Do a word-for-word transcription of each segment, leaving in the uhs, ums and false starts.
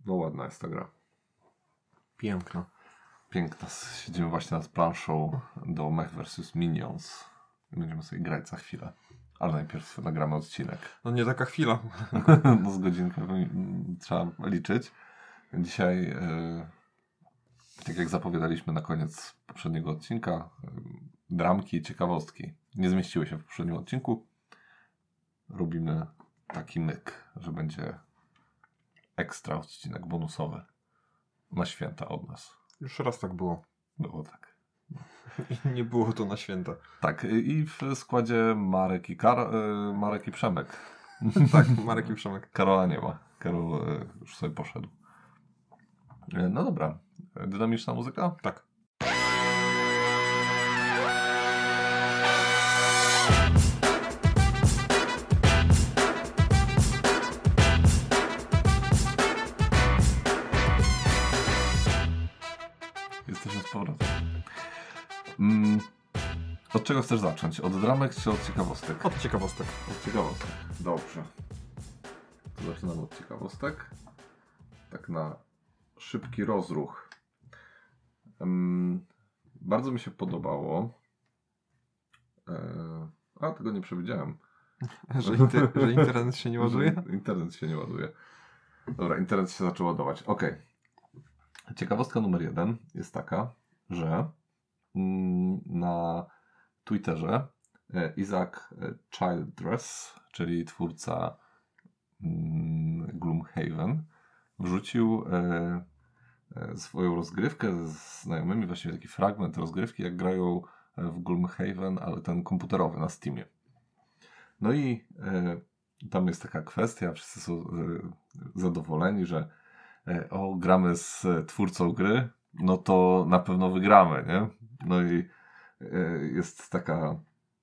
No ładna jest ta gra. Piękna. Piękna. Siedzimy właśnie nad planszą do Mech versus. Minions. Będziemy sobie grać za chwilę. Ale najpierw nagramy odcinek. No nie taka chwila. No z godzinkę trzeba liczyć. Dzisiaj, yy, tak jak zapowiadaliśmy na koniec poprzedniego odcinka, yy, dramki i ciekawostki nie zmieściły się w poprzednim odcinku. Robimy taki myk, że będzie ekstra odcinek bonusowy na święta od nas. Już raz tak było. Było tak. I nie było to na święta. Tak, i w składzie Marek i, Kar- yy, Marek i Przemek. Tak, Marek i Przemek. Karola nie ma. Karol yy, już sobie poszedł. Yy, no dobra. Dynamiczna muzyka? Tak. Jesteśmy z powrotem. Mm, od czego chcesz zacząć? Od dramek czy od ciekawostek? Od ciekawostek. Od ciekawostek. Dobrze. To zaczynamy od ciekawostek. Tak na szybki rozruch. Um, bardzo mi się podobało. E, a, tego nie przewidziałem. Że, inter- że internet się nie ładuje? Że internet się nie ładuje. Dobra, internet się zaczął ładować. Okej. Okay. Ciekawostka numer jeden jest taka, że mm, na Twitterze e, Isaac Childress, czyli twórca mm, Gloomhaven, wrzucił e, e, swoją rozgrywkę z znajomymi, właściwie taki fragment rozgrywki, jak grają w Gloomhaven, ale ten komputerowy na Steamie. No i e, tam jest taka kwestia, wszyscy są e, zadowoleni, że e, o, gramy z twórcą gry, no to na pewno wygramy, nie? No i e, jest taka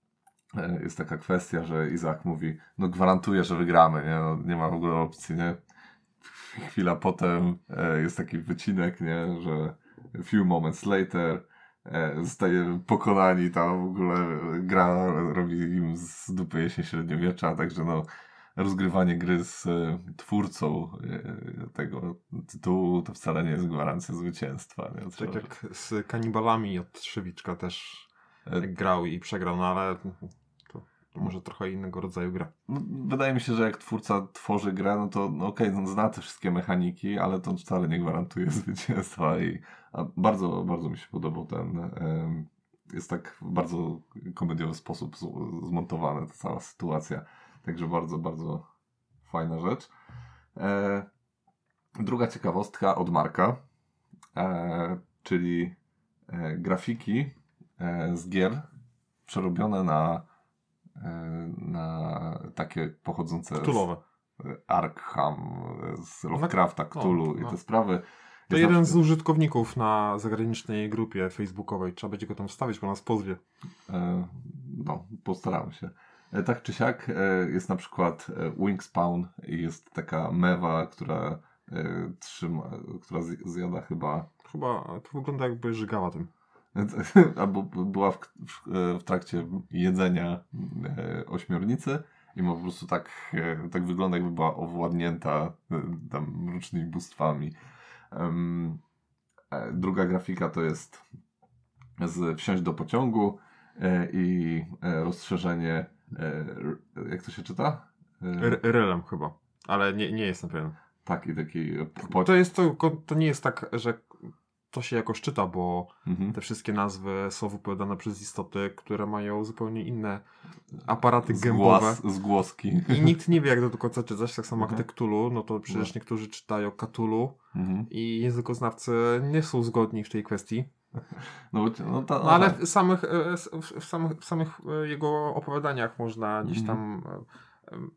e, jest taka kwestia, że Izak mówi, no gwarantuję, że wygramy, nie? No, nie ma w ogóle opcji, nie? Chwila potem e, jest taki wycinek, nie? Że few moments later e, zostaje pokonani, tam w ogóle gra robi im z dupy jesień średniowiecza, także no rozgrywanie gry z e, twórcą e, tego tytułu to wcale nie jest gwarancja zwycięstwa. Nie? Tak jak z Kanibalami od Trzewiczka też e... grał i przegrał, no ale to, to może trochę innego rodzaju gra. No, wydaje mi się, że jak twórca tworzy grę, no to no okej, okay, no, zna te wszystkie mechaniki, ale to wcale nie gwarantuje zwycięstwa i a bardzo, bardzo mi się podobał ten e, jest tak w bardzo komediowy sposób z, zmontowana ta cała sytuacja. Także bardzo, bardzo fajna rzecz. E, druga ciekawostka od Marka, e, czyli e, grafiki e, z gier przerobione na, e, na takie pochodzące Cthulhu'owe. z Arkham, z Lovecrafta, Cthulhu no, no. i te sprawy. To jeden zawsze... z użytkowników na zagranicznej grupie facebookowej. Trzeba będzie go tam wstawić, bo nas pozwie. E, no, postaram się. Tak czy siak jest na przykład Wingspawn i jest taka mewa, która trzyma, która zjada chyba... Chyba to wygląda jakby żygała tym. Albo była w, w, w trakcie jedzenia ośmiornicy i ma po prostu tak, tak wygląda, jakby była owładnięta tam mrocznymi bóstwami. Um, druga grafika to jest z wsiąść do pociągu i rozszerzenie jak to się czyta? Rylem chyba, ale nie, nie jestem pewien. Tak, i taki... To, jest to, to nie jest tak, że to się jakoś czyta, bo mhm. te wszystkie nazwy są wypowiadane przez istoty, które mają zupełnie inne aparaty Zgłos, gębowe. Zgłoski. I nikt nie wie, jak do końca czytać. Tak samo mhm. jak te Cthulhu, no to przecież no. niektórzy czytają Cthulhu mhm. i językoznawcy nie są zgodni w tej kwestii. No, no, ta, no, no ale w samych, w, samych, w samych jego opowiadaniach można gdzieś tam mm.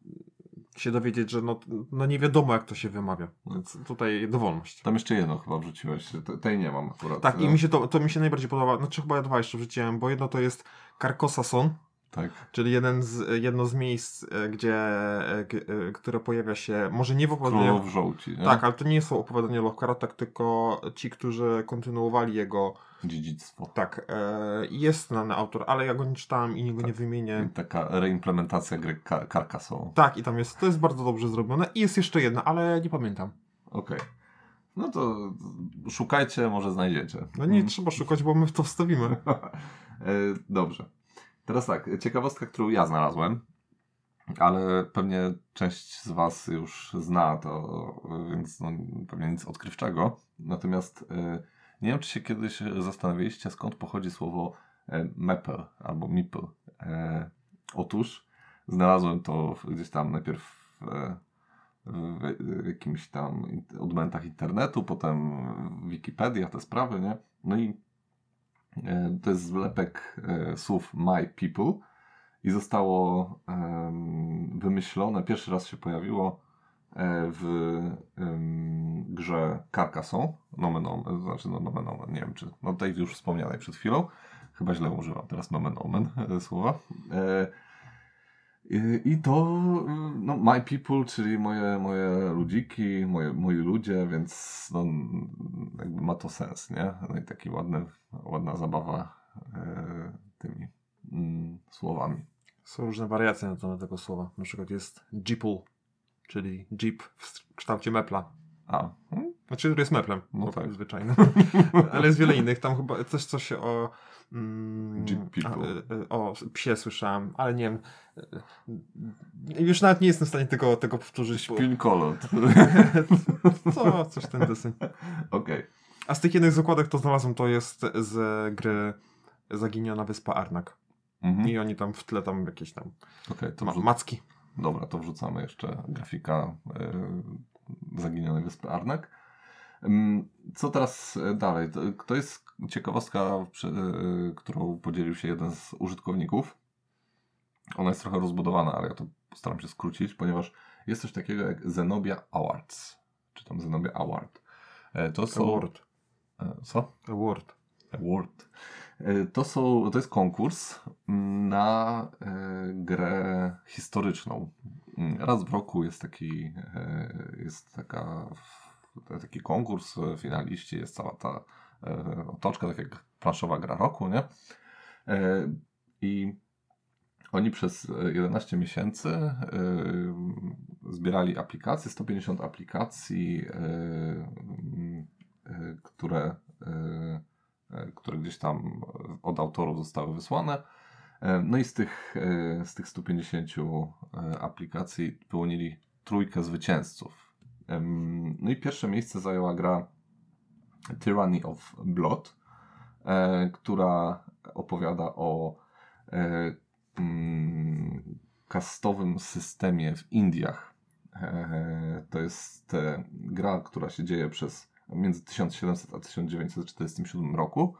się dowiedzieć, że no, no nie wiadomo, jak to się wymawia. Więc tutaj dowolność. Tam jeszcze jedno chyba wrzuciłeś. Tej nie mam akurat. Tak, i mi się to, to mi się najbardziej podoba. Znaczy chyba ja dwa jeszcze wrzuciłem, bo jedno to jest Carcossason. Tak. Czyli jeden z, jedno z miejsc, gdzie, g, które pojawia się, może nie w opowiadaniu... Król w żołci, nie? Tak, ale to nie są opowiadania Lovecrafta, tylko ci, którzy kontynuowali jego... dziedzictwo. Tak, e, jest znany autor, ale ja go nie czytałem i go tak. nie wymienię. I taka reimplementacja gry Carcassonne. Tak, i tam jest, to jest bardzo dobrze zrobione. I jest jeszcze jedna, ale nie pamiętam. okej. Okay. No to szukajcie, może znajdziecie. No nie hmm. trzeba szukać, bo my w to wstawimy. Dobrze. Teraz tak, ciekawostka, którą ja znalazłem, ale pewnie część z was już zna to, więc no, pewnie nic odkrywczego. Natomiast nie wiem, czy się kiedyś zastanawialiście, skąd pochodzi słowo meeple albo meeple. Otóż znalazłem to gdzieś tam najpierw w, w jakimś tam odmętach internetu, potem Wikipedia, te sprawy, nie? No i to jest zlepek słów my people i zostało wymyślone, pierwszy raz się pojawiło w grze Carcassonne, nomen omen, znaczy no nomen omen, nie wiem czy, no tej już wspomnianej przed chwilą, chyba źle używam teraz nomen omen słowa. I to no, my people, czyli moje, moje ludziki, moje, moi ludzie, więc no, jakby ma to sens, nie? No i taki ładny, ładna zabawa e, tymi mm, słowami. Są różne wariacje na temat tego słowa. Na przykład jest jeeple, czyli jeep w kształcie mepla. A. Hmm? Znaczy, który jest meplem. No tak. Zwyczajnym. Ale jest wiele innych. Tam chyba coś, co się o mm, Jeep people. A, o psie słyszałem, ale nie wiem. Już nawet nie jestem w stanie tego, tego powtórzyć. Śpinkolot. Co? Coś ten deseń. Okej. Okay. A z tych jednych zakładek to znalazłem, to jest z gry Zaginiona Wyspa Arnak. Mhm. I oni tam w tle tam jakieś tam okay, to ma- wrzuc- macki. Dobra, to wrzucamy jeszcze grafika yy, Zaginionej Wyspy Arnak. Ym, co teraz dalej? To, to jest ciekawostka, przy, yy, którą podzielił się jeden z użytkowników. Ona jest trochę rozbudowana, ale ja to postaram się skrócić, ponieważ jest coś takiego jak Zenobia Awards. Czy tam Zenobia Award. E, to są... Award. E, co? Award. Award. To, są, to jest konkurs na e, grę historyczną. Raz w roku jest taki, e, jest taka, taki konkurs, finaliści, jest cała ta e, otoczka, tak jak planszowa gra roku, nie? E, I oni przez jedenaście miesięcy e, zbierali aplikacje, sto pięćdziesiąt aplikacji, e, e, które e, które gdzieś tam od autorów zostały wysłane. No i z tych, z tych stu pięćdziesięciu aplikacji wyłonili trójkę zwycięzców. No i pierwsze miejsce zajęła gra Tyranny of Blood, która opowiada o kastowym systemie w Indiach. To jest gra, która się dzieje przez między tysiąc siedemset a tysiąc dziewięćset czterdziestym siódmym roku.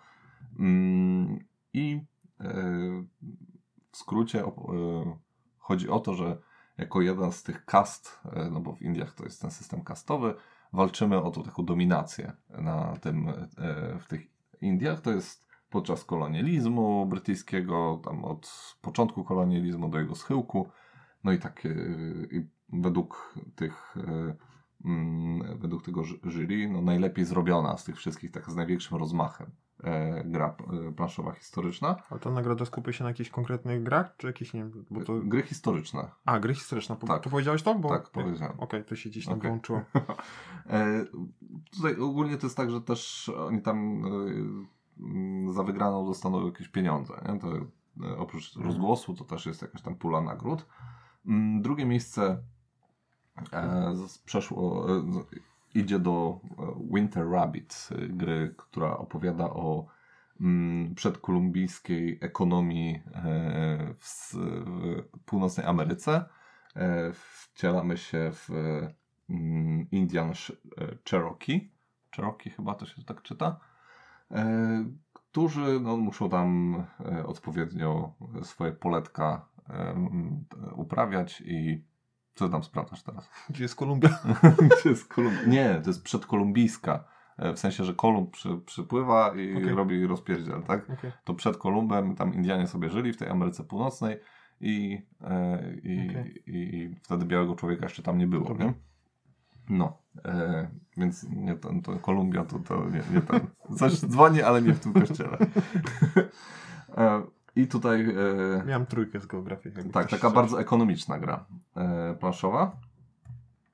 I w skrócie chodzi o to, że jako jeden z tych kast, no bo w Indiach to jest ten system kastowy, walczymy o tą taką dominację na tym, w tych Indiach. To jest podczas kolonializmu brytyjskiego, tam od początku kolonializmu do jego schyłku. No i tak i według tych według tego jury, no najlepiej zrobiona z tych wszystkich, taka z największym rozmachem e, gra e, planszowa historyczna. A ta nagroda skupia się na jakichś konkretnych grach, czy jakieś, nie wiem, bo to... Gry historyczne. A, gry historyczne. Po, tak. To powiedziałeś to? Bo... Tak, powiedziałem. Okej, okay, to się gdzieś tam okay. włączyło. e, tutaj ogólnie to jest tak, że też oni tam e, za wygraną dostaną jakieś pieniądze. Nie? To, e, oprócz hmm. rozgłosu to też jest jakaś tam pula nagród. Mm, drugie miejsce E, przeszło, e, idzie do Winter Rabbit, gry, która opowiada o mm, przedkolumbijskiej ekonomii e, w, w północnej Ameryce. E, wcielamy się w mm, Indian Cherokee, Cherokee chyba to się tak czyta, e, którzy no, muszą tam e, odpowiednio swoje poletka e, uprawiać i co tam sprawdzasz teraz? Gdzie jest Kolumbia? Gdzie jest Kolumbia? Nie, to jest przedkolumbijska. W sensie, że Kolumb przy, przypływa i okay. robi rozpierdziel, tak? Okay. To przed Kolumbem tam Indianie sobie żyli w tej Ameryce Północnej i, e, i, okay. i, i wtedy białego człowieka jeszcze tam nie było, nie? No, e, więc nie ten, to Kolumbia to, to nie, nie ten. Coś dzwoni, ale nie w tym kościele. e, I tutaj... E, Miałem trójkę z geografii. Tak, taka bardzo ekonomiczna gra e, planszowa.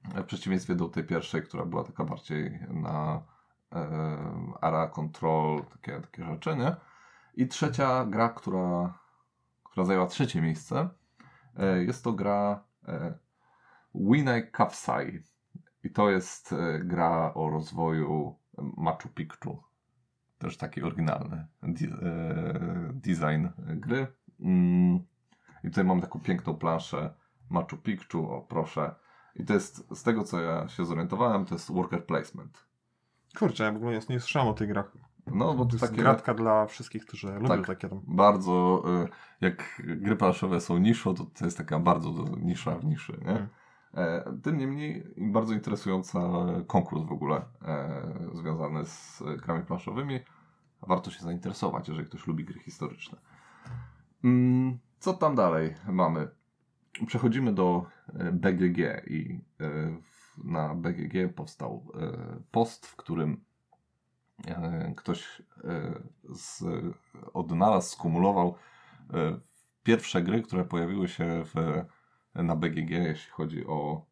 w przeciwieństwie do tej pierwszej, która była taka bardziej na e, area control, takie, takie rzeczy, nie? I trzecia gra, która, która zajęła trzecie miejsce, e, jest to gra e, Winai Kafsai. I to jest e, gra o rozwoju Machu Picchu. Też taki oryginalny di- e, design gry. Mm. I tutaj mam taką piękną planszę Machu Picchu, o proszę. I to jest, z tego co ja się zorientowałem, to jest worker placement. Kurczę, ja w ogóle nie słyszałem o tych grach. No, bo to, To jest takie... gratka dla wszystkich, którzy tak, lubią takie tam. Bardzo, y, jak gry planszowe są niszą, to to jest taka bardzo nisza w niszy, nie? Hmm. E, tym niemniej bardzo interesująca konkurs w ogóle e, związany z grami planszowymi. Warto się zainteresować, jeżeli ktoś lubi gry historyczne. Mm, co tam dalej mamy? Przechodzimy do B G G i na B G G powstał post, w którym ktoś z, odnalazł, skumulował pierwsze gry, które pojawiły się w, na B G G, jeśli chodzi o,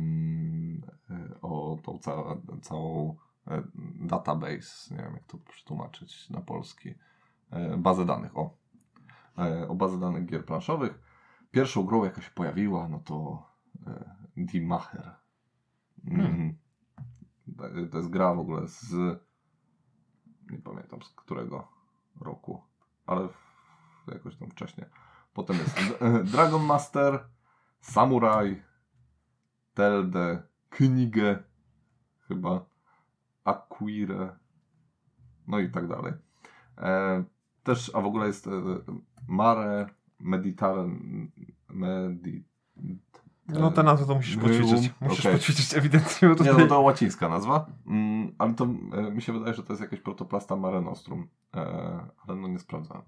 o tą ca, całą database, nie wiem jak to przetłumaczyć na polski, bazę danych, o, o bazę danych gier planszowych. Pierwszą grą, jaka się pojawiła, no to e, Die Macher. Mm. Hmm. To jest gra w ogóle z... nie pamiętam z którego roku, ale w, jakoś tam wcześniej. Potem jest Dragon Master, Samurai, Telde, Könige, chyba Acquire, no i tak dalej. E, też, a w ogóle jest e, Mare Mediterranean. Medi... No te nazwy to musisz poćwiczyć. Musisz okay. poćwiczyć ewidentnie. Tutaj... Nie, no to łacińska nazwa. Mm, ale to e, mi się wydaje, że to jest jakaś protoplasta Mare Nostrum. E, ale no nie sprawdzałem.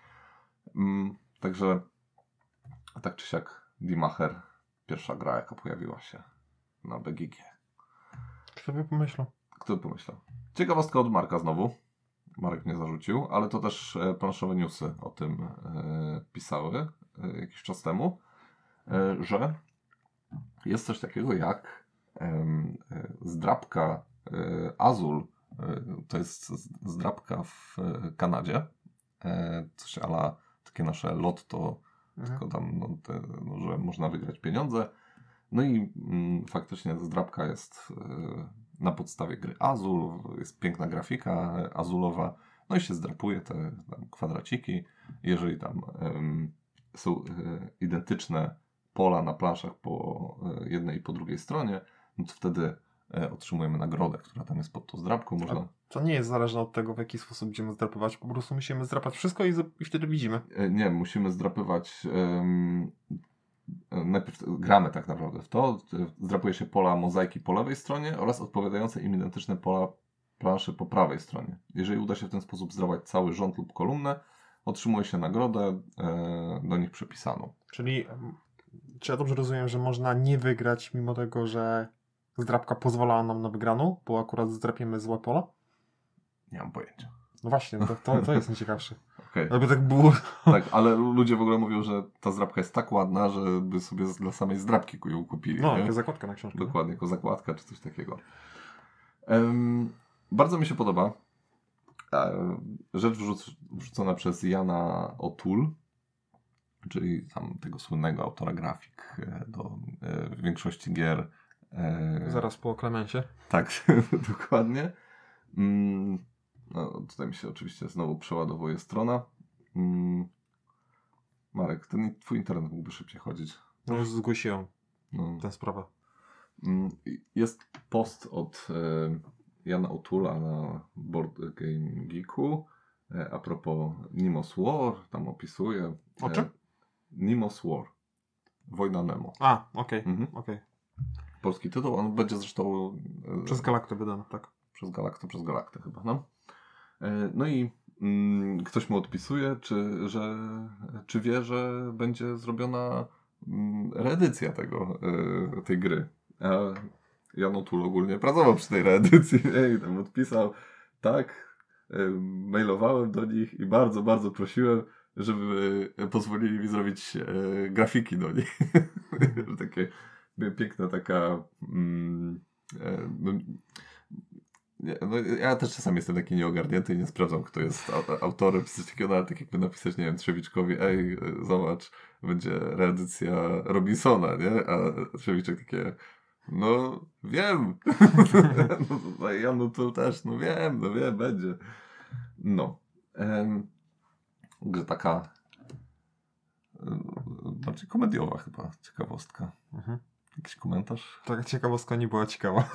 Mm, także tak czy siak Die Macher. Pierwsza gra, jaka pojawiła się na B G G. Kto by pomyślał? Kto by pomyślał? Ciekawostka od Marka znowu. Marek mnie zarzucił, ale to też e, planszowe newsy o tym e, pisały e, jakiś czas temu, e, że jest coś takiego jak e, e, zdrabka e, Azul. E, to jest zdrabka w e, Kanadzie. E, coś ala takie nasze lotto, mhm. tylko tam, no, te, no, że można wygrać pieniądze. No i mm, faktycznie zdrabka jest e, na podstawie gry Azul, jest piękna grafika azulowa, no i się zdrapuje te tam kwadraciki. Jeżeli tam um, są e, identyczne pola na planszach po e, jednej i po drugiej stronie, no to wtedy e, otrzymujemy nagrodę, która tam jest pod tą zdrabką. Można... To nie jest zależne od tego, w jaki sposób będziemy zdrapować, po prostu musimy zdrapać wszystko i, z- i wtedy widzimy. E, nie, musimy zdrapywać... Um, najpierw gramy tak naprawdę w to, zdrapuje się pola mozaiki po lewej stronie oraz odpowiadające im identyczne pola planszy po prawej stronie. Jeżeli uda się w ten sposób zdrapać cały rząd lub kolumnę, otrzymuje się nagrodę e, do nich przypisaną. Czyli czy ja dobrze rozumiem, że można nie wygrać mimo tego, że zdrapka pozwala nam na wygraną, bo akurat zdrapiemy złe pola? Nie mam pojęcia. No właśnie, to, to, to jest najciekawsze. Okay. Jakby tak było. Tak, ale ludzie w ogóle mówią, że ta zdrapka jest tak ładna, że by sobie dla samej zdrapki ją kupili. No, nie? jako zakładka na książkę. Dokładnie, jako zakładka czy coś takiego. Um, bardzo mi się podoba um, rzecz wrzuc- wrzucona przez Jana O'Toole, czyli tam tego słynnego autora grafik do e, większości gier. E, Zaraz po Klemensie. Tak, dokładnie. Mm, no, tutaj mi się oczywiście znowu przeładowuje strona. Mm, Marek, ten twój internet mógłby szybciej chodzić. No już zgłosiłem no. tę sprawę. Mm, jest post od e, Jana O'Toole'a na Board Game Geeku e, a propos Nemo's War. Tam opisuje. O czym? E, Nemo's War. Wojna Nemo. A, okej, okay. Mhm. okay. Polski tytuł, on będzie zresztą... E, przez Galaktę wydany, tak. Przez Galaktę, przez Galaktę chyba, no. E, no i mm, ktoś mu odpisuje, czy, że, czy wie, że będzie zrobiona mm, reedycja tego, e, tej gry. A Jan O'Toole ogólnie pracował przy tej reedycji i tam odpisał, tak, e, mailowałem do nich i bardzo, bardzo prosiłem, żeby pozwolili mi zrobić e, grafiki do nich. Takie piękna taka... Mm, e, no, nie, no, ja też czasami jestem taki nieogarnięty i nie sprawdzam, kto jest au- autorem, coś takiego, no, ale tak jakby napisać, nie wiem, Trzewiczkowi, ej, zobacz, będzie reedycja Robinsona, nie? A Trzewiczek takie, no wiem. No, ja no to też, no wiem, no wiem, będzie. No. Em, że taka em, bardziej komediowa chyba ciekawostka. Mhm. Jakiś komentarz? Taka ciekawostka nie była ciekawa.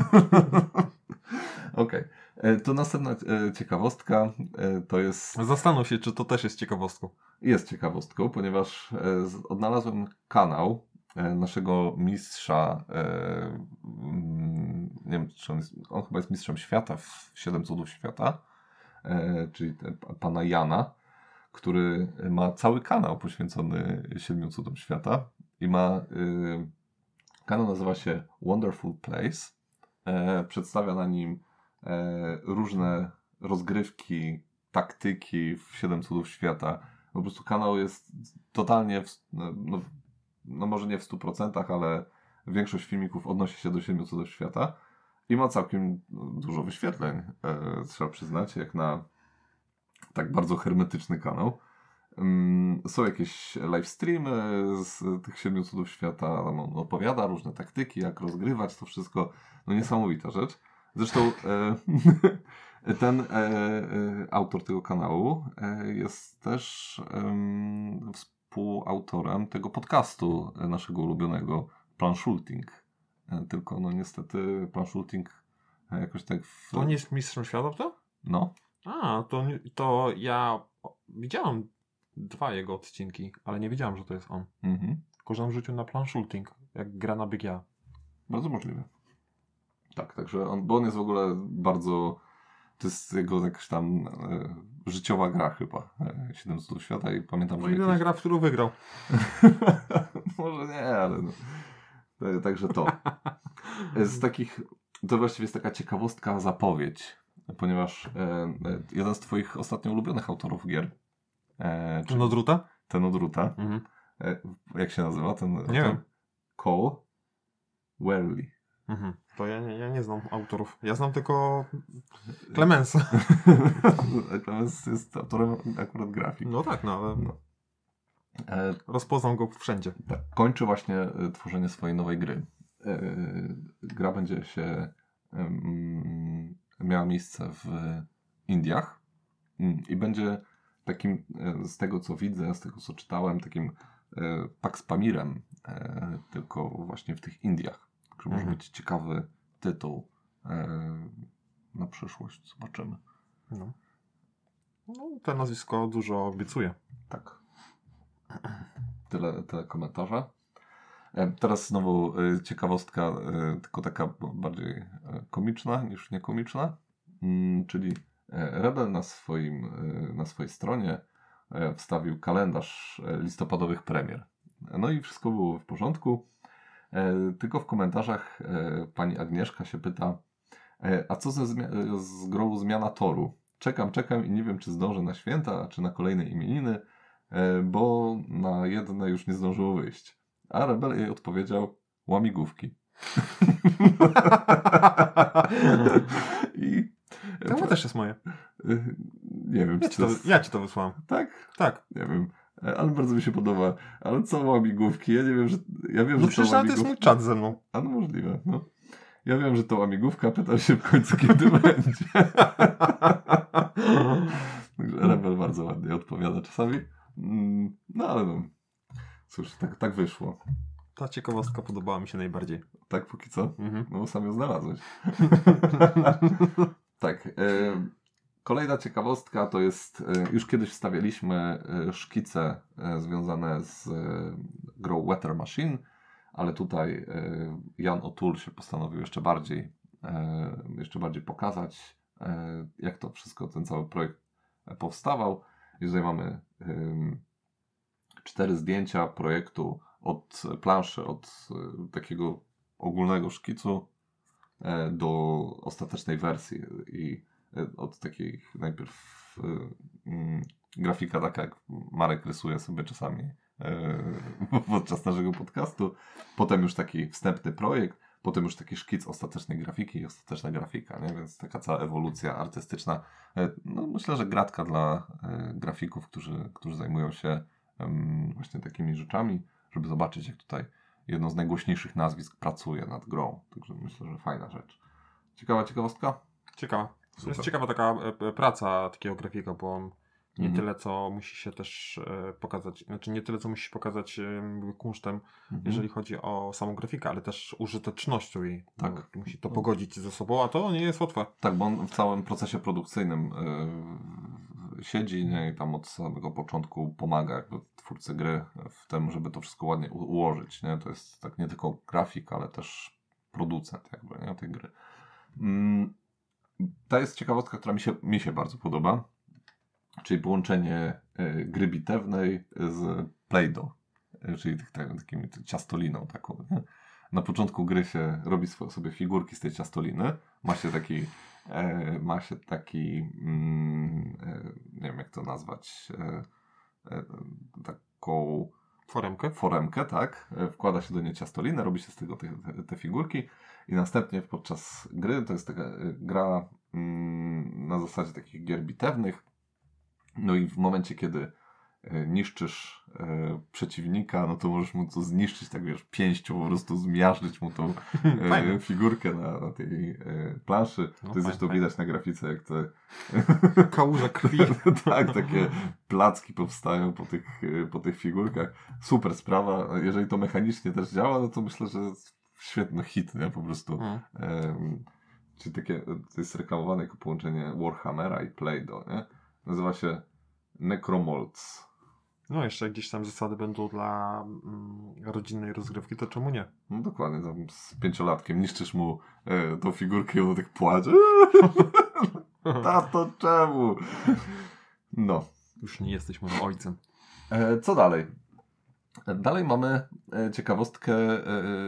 Okej. Okay. To następna e, ciekawostka e, to jest... Zastanów się, czy to też jest ciekawostką. Jest ciekawostką, ponieważ e, z, odnalazłem kanał e, naszego mistrza, e, mm, nie wiem, czy on, jest, on chyba jest mistrzem świata w Siedem Cudów Świata, e, czyli te, pana Jana, który ma cały kanał poświęcony Siedmiu Cudom Świata i ma... E, kanał nazywa się Wonderful Place. E, przedstawia na nim e, różne rozgrywki, taktyki w Siedem Cudów Świata. Po prostu kanał jest totalnie, w, no, no może nie w stu procentach, ale większość filmików odnosi się do Siedmiu Cudów Świata i ma całkiem dużo wyświetleń, e, trzeba przyznać, jak na tak bardzo hermetyczny kanał. Um, są jakieś live streamy z tych Siedmiu Cudów Świata, tam on opowiada różne taktyki, jak rozgrywać to wszystko. No niesamowita rzecz. Zresztą e, ten e, e, autor tego kanału e, jest też e, współautorem tego podcastu e, naszego ulubionego Planshulting. E, tylko no niestety Planshulting e, jakoś tak... W... To nie jest mistrzem świata to? No. A, to, nie- to ja widziałem dwa jego odcinki, ale nie wiedziałem, że to jest on. Mhm. Tylko, że on rzucił na Planshulting, jak gra na Big Ja. Bardzo możliwe. Tak, także on, bo on jest w ogóle bardzo, to jest jego jakaś tam e, życiowa gra chyba, e, Siedem Cudów Świata i pamiętam, No że jedyna jakieś... gra, w którą wygrał. Może nie, ale no. E, Także to. E, Z takich, to właściwie jest taka ciekawostka, zapowiedź, ponieważ e, e, jeden z twoich ostatnio ulubionych autorów gier, e, czyli No druta? ten od Ruta, Mhm. e, jak się nazywa ten? Nie ten? wiem. Cole Wehrle. Mhm. To ja, nie- ja nie znam autorów. Ja znam tylko Clemensa. Clemens jest autorem akurat grafik. No tak, no ale No. E, rozpoznam go wszędzie. tak, kończy właśnie e, tworzenie swojej nowej gry. E, gra będzie się em, miała miejsce w Indiach mm, i będzie takim, e, z tego co widzę, z tego co czytałem, takim e, Pax Pamirem, e, tylko właśnie w tych Indiach. Także może Mhm. być ciekawy tytuł e, na przyszłość. Zobaczymy. No. No, to nazwisko dużo obiecuje. Tak. Tyle, tyle komentarza. E, Teraz znowu e, ciekawostka, e, tylko taka b- bardziej e, komiczna niż niekomiczna. Mm, Czyli e, Rebel na, swoim, e, na swojej stronie e, wstawił kalendarz e, listopadowych premier. No i wszystko było w porządku. E, Tylko w komentarzach e, pani Agnieszka się pyta, e, a co ze zmi- z grą Zmiana Toru? Czekam, czekam i nie wiem, czy zdążę na święta, a czy na kolejne imieniny, e, bo na jedne już nie zdążyło wyjść. A Rebel jej odpowiedział, łamigłówki. I To też jest moje. e, nie wiem, Ja czy ci to, to jest... ja ci to wysłałem. Tak? Tak. Nie wiem. E, Ale bardzo mi się podoba. Ale co łamigłówki? Ja nie wiem, że... Ja wiem, No że przecież to to jest mój łamigłówki... czat ze mną. A no możliwe, no. Ja wiem, że to łamigłówka, pytam się w końcu, kiedy będzie. Także Rebel bardzo ładnie odpowiada czasami. Mm, No ale no, cóż, tak, tak wyszło. Ta ciekawostka podobała mi się najbardziej. Tak póki co? Mhm. No bo sam ją znalazłeś. Tak. E, kolejna ciekawostka to jest, e, już kiedyś wstawialiśmy e, szkice e, związane z e, grą Weather Machine, ale tutaj e, Jan O'Toole się postanowił jeszcze bardziej, e, jeszcze bardziej pokazać, e, jak to wszystko, ten cały projekt e, powstawał. I tutaj mamy em, cztery zdjęcia projektu od planszy, od e, takiego ogólnego szkicu e, do ostatecznej wersji i e, od takiej najpierw e, mm, grafika taka jak Marek rysuje sobie czasami yy, podczas naszego podcastu. Potem już taki wstępny projekt, potem już taki szkic ostatecznej grafiki i ostateczna grafika, nie? Więc taka cała ewolucja artystyczna. Yy, no, myślę, że gratka dla yy, grafików, którzy, którzy zajmują się yy, właśnie takimi rzeczami, żeby zobaczyć, jak tutaj jedno z najgłośniejszych nazwisk pracuje nad grą. Także myślę, że fajna rzecz. Ciekawa ciekawostka? Ciekawa. To Super. jest ciekawa taka e, praca takiego grafika, bo on nie Mhm. tyle co musi się też e, pokazać, znaczy nie tyle co musi się pokazać e, kunsztem, Mhm. jeżeli chodzi o samą grafikę, ale też użytecznością jej. Tak. Bo musi to pogodzić ze sobą, a to nie jest łatwe. Tak, bo on w całym procesie produkcyjnym yy, siedzi, nie? I tam od samego początku pomaga jakby twórcy gry w tym, żeby to wszystko ładnie u- ułożyć, nie? To jest tak nie tylko grafik, ale też producent jakby, nie? Tej gry. Mm, to jest ciekawostka, która mi się, mi się bardzo podoba, czyli połączenie y, gry bitewnej z Play-Doh, y, czyli tych, tak, takimi ciastoliną taką, nie? Na początku gry się robi swo- sobie figurki z tej ciastoliny, ma się taki e, ma się taki mm, e, nie wiem jak to nazwać e, e, taką Foremkę. foremkę, tak, e, wkłada się do niej ciastolinę, robi się z tego te, te, te figurki i następnie podczas gry, to jest taka e, gra mm, na zasadzie takich gier bitewnych, no i w momencie kiedy e, niszczysz e, przeciwnika, no to możesz mu to zniszczyć, tak wiesz, pięścią po prostu zmiażdżyć mu tą e, Fajne. figurkę na, na tej e, planszy. No to jest zresztą fajne, widać na grafice, jak te Kałuża krwi. tak, takie placki powstają po tych, e, po tych figurkach. Super sprawa. Jeżeli to mechanicznie też działa, no to myślę, że świetny hit, nie? Po prostu. Mm. Em, czyli takie, to jest reklamowane jako połączenie Warhammera i Play-Doh, nie? Nazywa się Necromolds. No jeszcze gdzieś tam zasady będą dla mm, rodzinnej rozgrywki, to czemu nie? No dokładnie, tam z pięciolatkiem niszczysz mu e, tą figurkę i on tak płacze. Tato, czemu? No. Już nie jesteś moim ojcem. E, co dalej? E, Dalej mamy e, ciekawostkę e,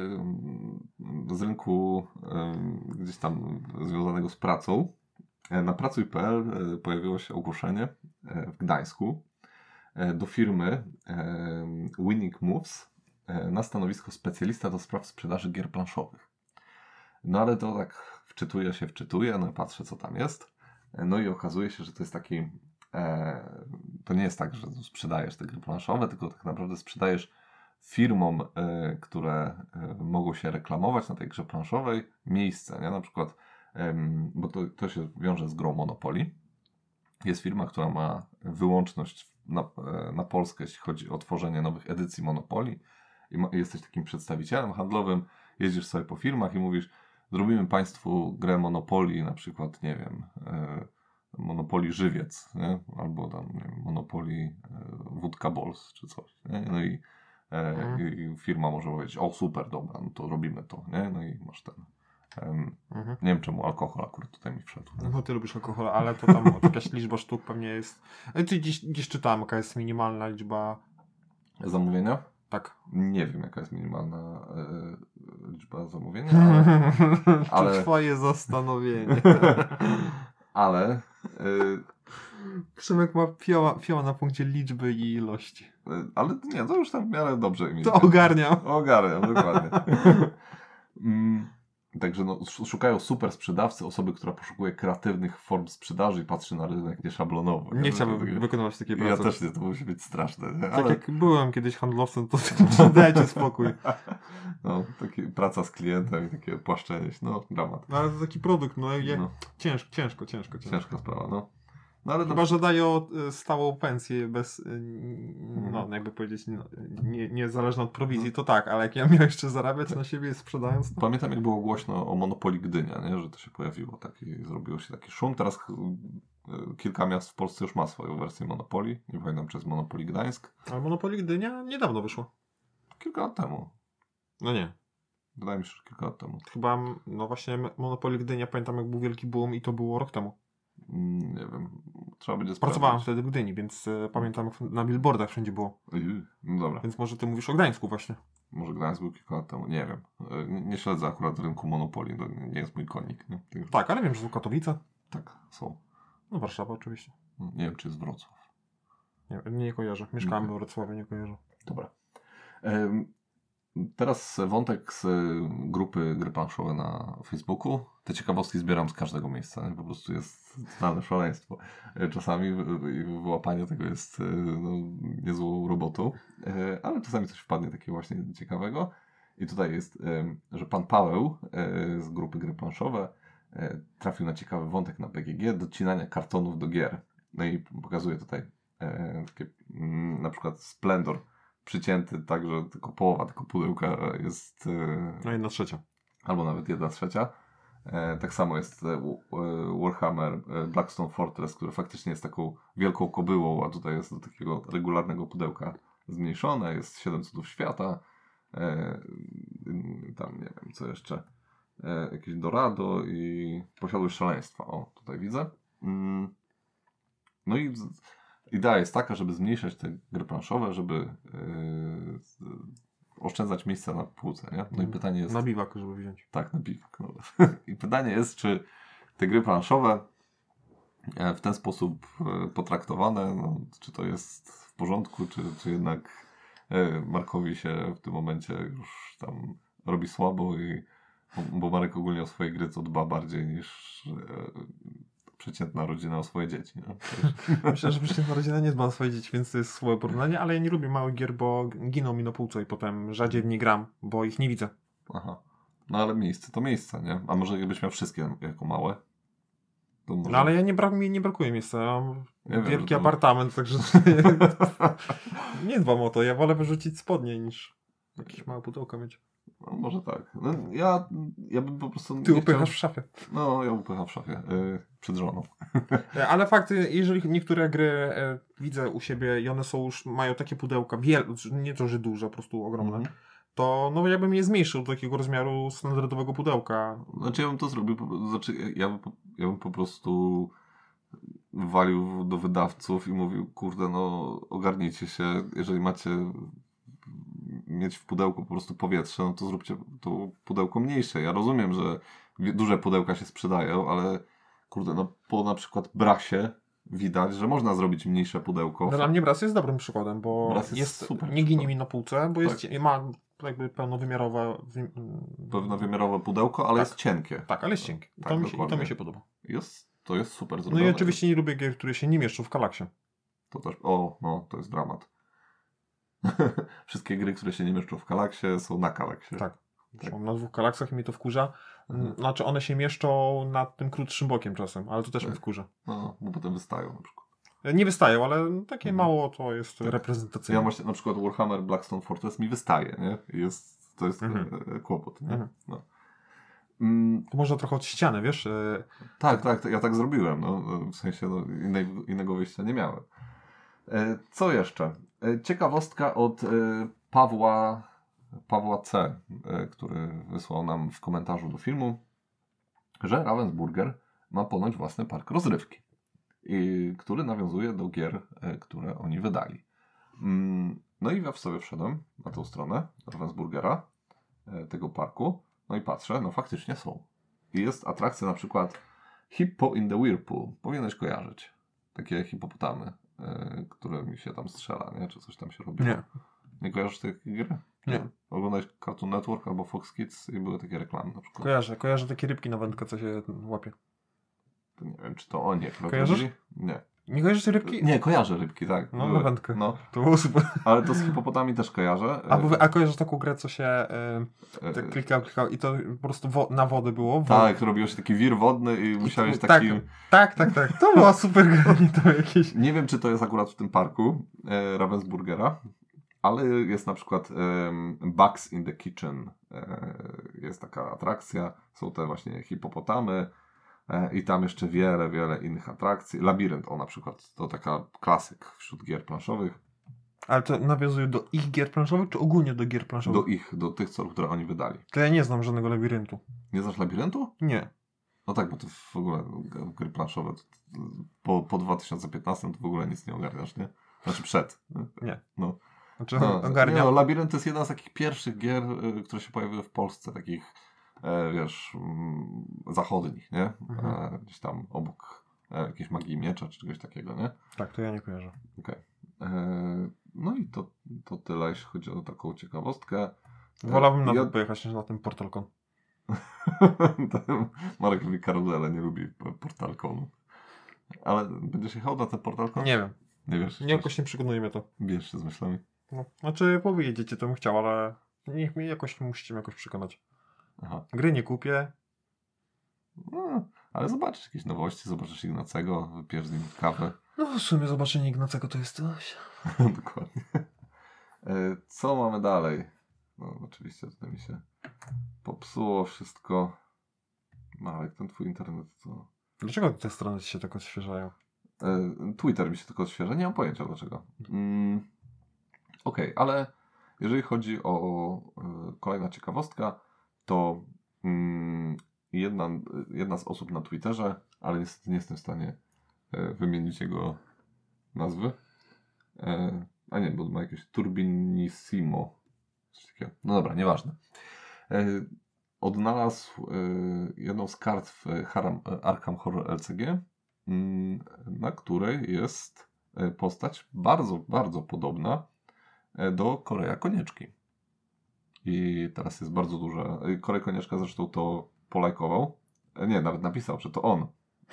z rynku e, gdzieś tam związanego z pracą. E, Na pracuj kropka p l e, pojawiło się ogłoszenie e, w Gdańsku e, do firmy e, Winning Moves e, na stanowisko specjalista do spraw sprzedaży gier planszowych. No ale to tak wczytuję się, wczytuję, no i patrzę co tam jest. E, No i okazuje się, że to jest taki e, to nie jest tak, że sprzedajesz te gry planszowe, tylko tak naprawdę sprzedajesz firmom, e, które e, mogą się reklamować na tej grze planszowej miejsce, nie? Na przykład, em, bo to, to się wiąże z grą Monopoly. Jest firma, która ma wyłączność na, e, na Polskę, jeśli chodzi o tworzenie nowych edycji Monopoly i ma, jesteś takim przedstawicielem handlowym, jeździsz sobie po firmach i mówisz, zrobimy Państwu grę Monopoly, na przykład, nie wiem, e, Monopoly Żywiec, nie? Albo tam nie wiem, Monopoly e, Wódka Bols, czy coś, nie? No i, e, Mhm. i firma może powiedzieć, o super, dobra, no to robimy to, nie? No i masz ten, em, Mhm. nie wiem czemu alkohol akurat tutaj mi wszedł. Nie? No ty lubisz alkohol, ale to tam jakaś liczba sztuk pewnie jest. Ale ty gdzieś, gdzieś czytałem, jaka jest minimalna liczba. Zamówienia? Tak. Nie wiem, jaka jest minimalna e, liczba zamówienia, ale, To ale- twoje zastanowienie. ale e, Przemek ma fioła, fioła na punkcie liczby i ilości. e, ale nie, to już tam w miarę dobrze mi To ogarniam. Ogarniam, dokładnie. Mm, Także no, sz- szukają super sprzedawcy, osoby, która poszukuje kreatywnych form sprzedaży i patrzy na rynek nieszablonowo. Nie To chciałbym takie- wykonywać takiej Ja pracy. też nie, to musi być straszne. Nie? Tak Ale jak byłem kiedyś handlowcem, to dajcie spokój. no, takie praca z klientem i takie płaszczenie się, no dramat. No ale to taki produkt, no, jak... No, ciężko, ciężko, ciężko, ciężko. ciężka sprawa, no. No ale Chyba, no, że dają y, stałą pensję bez, y, no Mhm. jakby powiedzieć, no, nie, niezależną od prowizji, to tak, ale jak ja miałem jeszcze zarabiać na siebie sprzedając, to... pamiętam jak było głośno o Monopolii Gdynia, nie? Że to się pojawiło tak i zrobiło się taki szum. Teraz y, kilka miast w Polsce już ma swoją wersję Monopolii. Nie pamiętam, czy jest Monopoly Gdańsk. Ale Monopoly Gdynia niedawno wyszło. Kilka lat temu. No nie. Wydaje mi się, że kilka lat temu. Chyba, no właśnie Monopoly Gdynia, pamiętam jak był wielki boom i to było rok temu. Mm, Nie wiem. Trzeba będzie Pracowałem sprawdzić. wtedy w Gdyni, więc y, pamiętam jak na billboardach wszędzie było. Ej, No dobra. Więc może ty mówisz o Gdańsku właśnie. Może Gdańsk był kilka lat temu. Nie wiem. Y, Nie, nie śledzę akurat rynku Monopolii. To nie jest mój konik. Nie? Także- Tak, ale wiem, że są Katowice. Tak, są. No Warszawa oczywiście. Nie wiem, czy jest Wrocław. Nie, nie kojarzę. Mieszkałem we Wrocławiu, nie kojarzę. Dobra. Ym, teraz wątek z grupy Gry Planszowe na Facebooku. Te ciekawostki zbieram z każdego miejsca. Po prostu jest totalne szaleństwo. Czasami wyłapanie tego jest no, niezłą robotą, ale czasami coś wpadnie takiego właśnie ciekawego. I tutaj jest, że pan Paweł z grupy Gry Planszowe trafił na ciekawy wątek na B G G docinania kartonów do gier. No i pokazuje tutaj takie, na przykład Splendor przycięty tak, że tylko połowa tego pudełka jest... No jedna trzecia. Albo nawet jedna trzecia. Tak samo jest Warhammer Blackstone Fortress, który faktycznie jest taką wielką kobyłą, a tutaj jest do takiego regularnego pudełka zmniejszone. Jest siedem cudów świata. Tam nie wiem co jeszcze. Jakieś Dorado i Posiadłość szaleństwa. O, tutaj widzę. No i idea jest taka, żeby zmniejszać te gry planszowe, żeby yy, oszczędzać miejsca na półce, nie? No i pytanie jest... Na biwak, żeby wziąć. Tak, na biwak. No. I pytanie jest, czy te gry planszowe w ten sposób potraktowane, no, czy to jest w porządku, czy, czy jednak Markowi się w tym momencie już tam robi słabo i bo Marek ogólnie o swoje gry to dba bardziej niż przeciętna rodzina o swoje dzieci. No. Myślę, że przeciętna rodzina nie dba o swoje dzieci, więc to jest słabe porównanie, ale ja nie lubię małych gier, bo giną mi na półce i potem rzadziej w nie gram, bo ich nie widzę. Aha. No ale miejsce to miejsce, nie? A może jakbyś miał wszystkie jako małe? To może... No ale ja nie, bra- mi nie brakuje miejsca. Ja mam ja wielki wiem, to... apartament, także nie dbam o to. Ja wolę wyrzucić spodnie niż jakieś małe pudełka mieć. No, może tak. No, ja, ja bym po prostu... Ty upychasz chciał... w szafie. No, ja upycham w szafie. Yy, przed żoną. Ale fakt, jeżeli niektóre gry e, widzę u siebie i one są już, mają takie pudełka, wiel... nie to, że duże, po prostu ogromne, mm-hmm. to no ja bym je zmniejszył do takiego rozmiaru standardowego pudełka. Znaczy ja bym to zrobił, znaczy ja bym, ja bym po prostu walił do wydawców i mówił, kurde, no ogarnijcie się, jeżeli macie mieć w pudełku po prostu powietrze, no to zróbcie to pudełko mniejsze. Ja rozumiem, że duże pudełka się sprzedają, ale kurde, no po na przykład Brasie widać, że można zrobić mniejsze pudełko. No, dla mnie Bras jest dobrym przykładem, bo Bras jest, jest super nie ginie mi na półce, bo tak. jest, ma jakby pełnowymiarowe pełnowymiarowe pudełko, ale tak. jest cienkie. Tak, ale jest cienkie. Tak, to, mi się, to mi się podoba. Jest, to jest super zrobione. No i oczywiście nie lubię gier, które się nie mieszczą w Kalaksie. To też, o, no, to jest dramat. Wszystkie gry, które się nie mieszczą w Kalaksie, są na Kalaksie. Tak. tak. Są na dwóch Kalaksach i mnie to wkurza. Mhm. Znaczy one się mieszczą nad tym krótszym bokiem czasem, ale to też tak. mnie wkurza. No, bo potem wystają na przykład. Nie wystają, ale takie mhm. mało to jest tak. reprezentacyjne. Ja właśnie na przykład Warhammer Blackstone Fortress mi wystaje, nie? Jest, to jest mhm. kłopot, nie? Mhm. No. Mm. To może trochę od ściany, wiesz? Tak, tak, ja tak zrobiłem. No, w sensie no, innej, innego wyjścia nie miałem. Co jeszcze? Ciekawostka od Pawła, Pawła C., który wysłał nam w komentarzu do filmu, że Ravensburger ma ponoć własny park rozrywki, i który nawiązuje do gier, które oni wydali. No i ja w sobie wszedłem na tą stronę Ravensburgera, tego parku, no i patrzę, no faktycznie są. I jest atrakcja na przykład Hippo in the Whirlpool. Powinieneś kojarzyć. Takie hipopotamy, yy, które mi się tam strzela, nie? Czy coś tam się robi. Nie. Nie kojarzysz tych gier? Nie. Oglądałeś Cartoon Network albo Fox Kids i były takie reklamy na przykład. Kojarzę, kojarzę takie rybki na wędkę, co się łapie. To nie wiem, czy to oni. Kojarzysz? Nie. Nie kojarzysz rybki? Nie, kojarzę rybki, tak. No, na wędkę. No. To było super. Ale to z hipopotami też kojarzę. A, bo, a kojarzysz taką grę, co się yy, tak klikał, klikał i to po prostu wo- na wodę było? Wody. Tak, robiło się taki wir wodny i musiałeś tak, taki... Tak, tak, tak. To była super gra, nie to jakieś... Nie wiem, czy to jest akurat w tym parku e, Ravensburgera, ale jest na przykład um, Bugs in the Kitchen. E, jest taka atrakcja. Są te właśnie hipopotamy e, i tam jeszcze wiele, wiele innych atrakcji. Labirynt, o na przykład, to taka klasyk wśród gier planszowych. Ale to nawiązuje do ich gier planszowych, czy ogólnie do gier planszowych? Do ich, do tych, co, które oni wydali. To ja nie znam żadnego labiryntu. Nie znasz labiryntu? Nie. No tak, bo to w ogóle gry planszowe po, po dwa tysiące piętnastym to w ogóle nic nie ogarniasz, nie? Znaczy przed. Nie. No. Znaczy no, ogarniam. Nie, no, Labirynt to jest jedna z takich pierwszych gier, y, które się pojawiły w Polsce, takich e, wiesz, m, zachodnich, nie? Mhm. E, gdzieś tam obok e, jakiejś magii miecza czy czegoś takiego, nie? Tak, to ja nie kojarzę. Okej. Okay. No i to to tyle, jeśli chodzi o taką ciekawostkę. Wolałbym Ja- nawet pojechać niż na tym PortalCon. Marek lubi karuzelę, nie lubi portalkonu. Ale będziesz jechał na ten portalkon? Nie wiem. Nie wiesz? Nie, jakoś nie przekonuje mnie to. Bierz się z myślami. No, znaczy, powiedziecie, to bym chciał, ale niech mnie jakoś, musicie mnie jakoś przekonać. Aha. Gry nie kupię. No, ale zobaczysz jakieś nowości, zobaczysz Ignacego, wypijesz z nim kawę. No w sumie zobaczenie Ignacego to jest coś. Dokładnie. E, Co mamy dalej? No oczywiście tutaj mi się popsuło wszystko. Marek, ten twój internet to... Dlaczego te strony się tak odświeżają? E, Twitter mi się tylko odświeża, nie mam pojęcia dlaczego. Mm, Okej, ale jeżeli chodzi o e, kolejna ciekawostka, to mm, jedna, jedna z osób na Twitterze, ale niestety nie jestem w stanie e, wymienić jego nazwy. E, a nie, bo ma jakieś Turbinissimo. Coś takiego. No dobra, nieważne. E, odnalazł e, jedną z kart w Haram, Arkham Horror L C G, mm, na której jest e, postać bardzo, bardzo podobna e, do Koreja Konieczki. I teraz jest bardzo duża. e, Korej Konieczka zresztą to polajkował. E, nie, nawet napisał, że to on.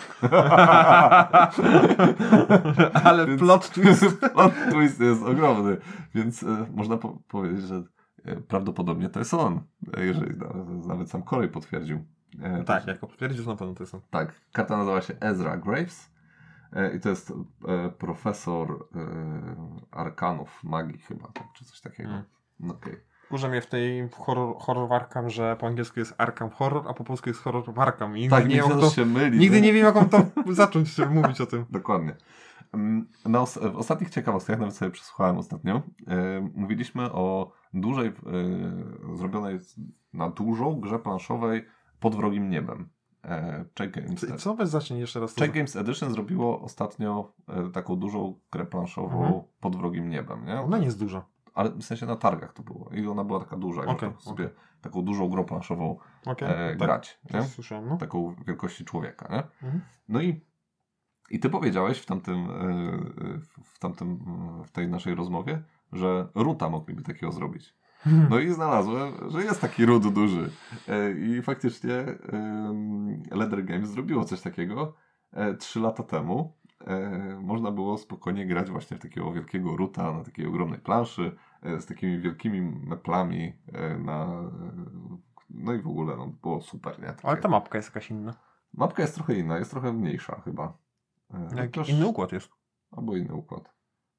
Ale Więc- plot twist. Plot twist jest ogromny, więc e, można po- powiedzieć, że e, prawdopodobnie to jest on, e, jeżeli nawet, nawet sam Korej potwierdził. E, Tak, jak potwierdzisz, na pewno to jest on. tak, karta nazywa się Ezra Graves e, i to jest e, profesor e, arkanów, magii chyba, tak, czy coś takiego. Mm. No, okej. Wkurza mnie w tej horror, horror w Arkham, że po angielsku jest Arkham Horror, a po polsku jest Horror w Arkham. I nigdy Tak, nie wiem, nigdy jak to, się myli. nigdy że- nie wiem, jak on to zacząć mówić o tym. Dokładnie. Mm, Na os- w ostatnich ciekawostkach, nawet sobie przesłuchałem ostatnio, e, mówiliśmy o dużej, e, zrobionej na dużą grze planszowej pod wrogim niebem. E, Czech Games, Co, co weź zacznij jeszcze raz? to- Czech Games Edition zrobiło ostatnio e, taką dużą grę planszową Mhm. pod wrogim niebem, nie? Ona nie jest duża. Ale w sensie na targach to było. I ona była taka duża, i Okej, można sobie taką dużą grą planszową Okej, e, tak, grać, nie? to słyszałem, no. Taką wielkości człowieka, nie? Mhm. No i, i ty powiedziałeś w tamtym, e, w tamtym, w tej naszej rozmowie, że Ruta mogliby takiego zrobić. No i znalazłem, że jest taki Rut duży. E, I faktycznie em, Leather Games zrobiło coś takiego e, trzy lata temu. E, można było spokojnie grać właśnie w takiego wielkiego Ruta na takiej ogromnej planszy e, z takimi wielkimi meplami e, na... E, no i w ogóle no, było super, nie? Takie... Ale ta mapka jest jakaś inna. Mapka jest trochę inna, jest trochę mniejsza chyba. E, Jak chociaż- inny układ jest. Albo inny układ.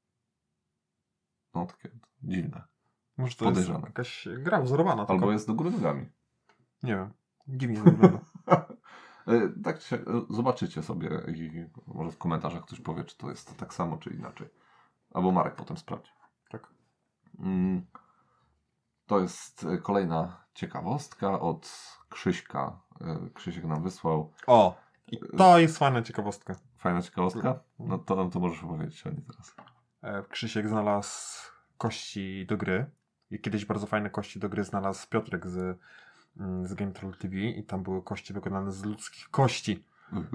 No takie dziwne. Może to Podejrzane. jest jakaś gra wzorowana. Albo tylko... jest do góry nogami. Nie wiem. Dziwnie to wygląda. E, tak się, e, zobaczycie sobie i może w komentarzach ktoś powie, czy to jest tak samo, czy inaczej. Albo Marek potem sprawdzi. Tak. Mm, to jest e, kolejna ciekawostka od Krzyśka. E, Krzysiek nam wysłał. O! I to jest fajna ciekawostka. Fajna ciekawostka? No to nam to możesz opowiedzieć o niej teraz. E, Krzysiek znalazł kości do gry. I kiedyś bardzo fajne kości do gry znalazł Piotrek z, mm, z Game Troll T V i tam były kości wykonane z ludzkich kości.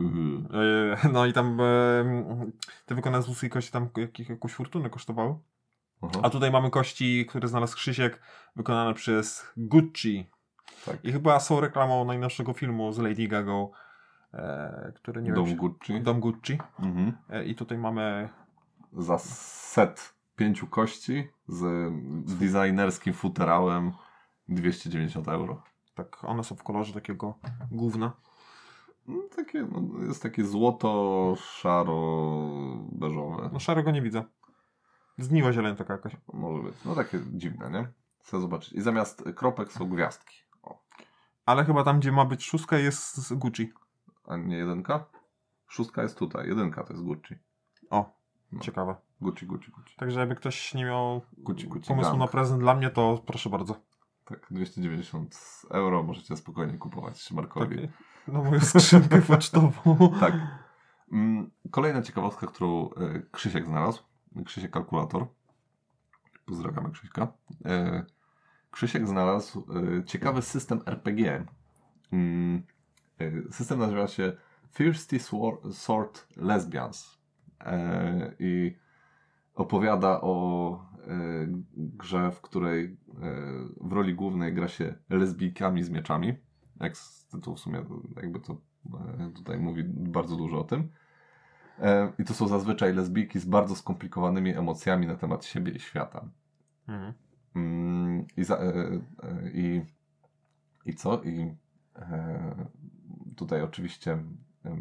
E, No i tam e, te wykonane z ludzkiej kości tam jakich, jakąś fortunę kosztowały. Aha, A tutaj mamy kości, które znalazł Krzysiek, wykonane przez Gucci. tak. I chyba są reklamą najnowszego filmu z Lady Gagą, e, który nie Dom wiem... Gucci. Dom Gucci. Mhm. E, I tutaj mamy... Za set pięciu kości z designerskim futerałem dwieście dziewięćdziesiąt euro. Tak, one są w kolorze takiego gówna. No, takie, no, jest takie złoto, szaro, beżowe. No szarego nie widzę. Zgniła zieleń taka jakaś. Może być. No takie dziwne, nie? Chcę zobaczyć. I zamiast kropek są gwiazdki. O. Ale chyba tam, gdzie ma być szóstka, jest z Gucci. A nie jedynka? Szóstka jest tutaj. Jedynka to jest Gucci. O, No. ciekawe. Gucci, Gucci, Gucci. Także jakby ktoś nie miał Gucci, Gucci pomysłu gang. na prezent dla mnie, to proszę bardzo. Tak, dwieście dziewięćdziesiąt euro możecie spokojnie kupować Markowi. Tak, na moją skrzynkę pocztową. Tak. Mm, Kolejna ciekawostka, którą e, Krzysiek znalazł. Krzysiek Kalkulator. Pozdrawiamy Krzyśka. E, Krzysiek znalazł e, ciekawy system R P G. Mm, e, System nazywa się Thirsty Swor- Sword Lesbians. E, I opowiada o grze, w której y, w roli głównej gra się lesbijkami z mieczami. Jak z tytułu w sumie jakby to y, tutaj mówi bardzo dużo o tym. Y, I to są zazwyczaj lesbijki z bardzo skomplikowanymi emocjami na temat siebie i świata. Mhm. Mm, i, za, y, y, i, I co? I y, tutaj oczywiście y,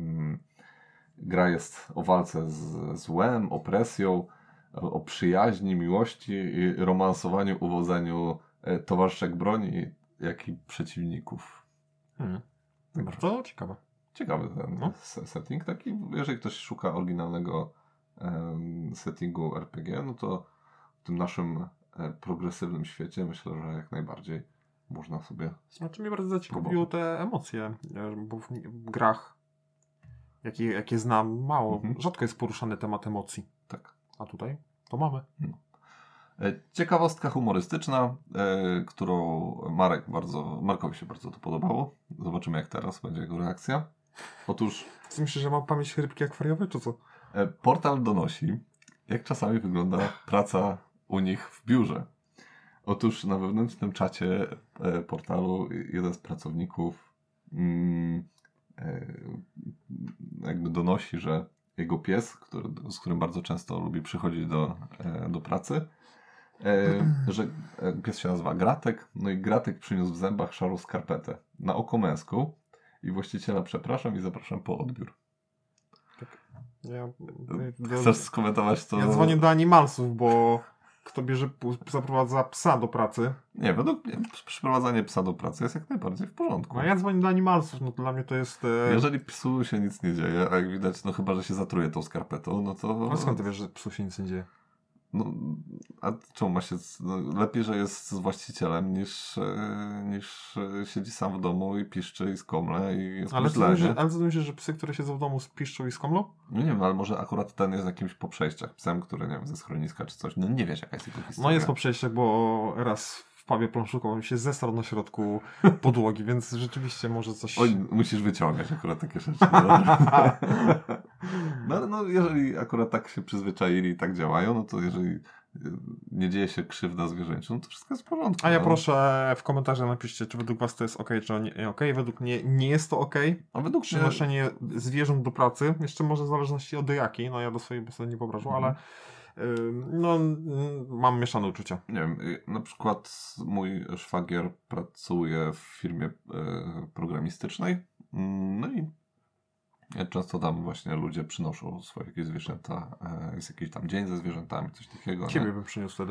gra jest o walce z złem, opresją, o przyjaźni, miłości i romansowaniu, uwodzeniu towarzyszek broni, jak i przeciwników. Hmm. Bardzo ciekawe. Ciekawy ten no. setting taki. Jeżeli ktoś szuka oryginalnego um, settingu R P G, no to w tym naszym e, progresywnym świecie myślę, że jak najbardziej można sobie... Znaczy mnie bardzo zaciekawiło te emocje, bo w grach, jakie, jakie znam, mało, mhm. rzadko jest poruszany temat emocji. Tak. A tutaj to mamy. No. Ciekawostka humorystyczna, e, którą Marek bardzo, Markowi się bardzo to podobało. Zobaczymy, jak teraz będzie jego reakcja. Otóż... Co myślisz, że mam pamięć rybki akwariowej, czy co? E, portal donosi, jak czasami wygląda praca u nich w biurze. Otóż na wewnętrznym czacie e, portalu jeden z pracowników mm, e, jakby donosi, że jego pies, który, z którym bardzo często lubi przychodzić do, e, do pracy, e, że pies się nazywa Gratek, no i Gratek przyniósł w zębach szarą skarpetę na oko męską i właściciela przepraszam i zapraszam po odbiór. Tak. Ja, Chcesz ja, skomentować to? Ja dzwonię do Animalsów, bo kto bierze, zaprowadza psa do pracy. Nie, według mnie przyprowadzanie psa do pracy jest jak najbardziej w porządku. No ja dzwonię do Animalsów, no to dla mnie to jest... E... Jeżeli psu się nic nie dzieje, a jak widać, no chyba, że się zatruje tą skarpetą, no to... A skąd ty wiesz, że psu się nic nie dzieje? No, a czemu ma się... No, lepiej, że jest z właścicielem, niż, e, niż siedzi sam w domu i piszczy i skomle i jest ale źle, myślisz, ale co myślisz, że psy, które siedzą w domu piszczą i skomlą? No nie wiem, ale może akurat ten jest jakimś po przejściach psem, który, nie wiem, ze schroniska czy coś. No nie wiesz, jaka jest jego historia. No jest po przejściach, bo raz w pubie planszówkowym się zestarł na środku podłogi, więc rzeczywiście może coś... Oj, musisz wyciągać akurat takie rzeczy. No ale no, jeżeli akurat tak się przyzwyczaili i tak działają, no to jeżeli nie dzieje się krzywda zwierzęciu, no to wszystko jest w porządku. A ja no. proszę w komentarzach napiszcie, czy według was to jest ok, czy nie ok. Według mnie nie jest to ok. A według Przynoszenie mnie... zwierząt do pracy, jeszcze może w zależności od jakiej, no ja do swojej sobie nie wyobrażam, mm. ale yy, no mam mieszane uczucia. Nie wiem, na przykład mój szwagier pracuje w firmie y, programistycznej, no i często tam właśnie ludzie przynoszą swoje jakieś zwierzęta, jest jakiś tam dzień ze zwierzętami, coś takiego. Ciebie nie? bym przyniósł wtedy.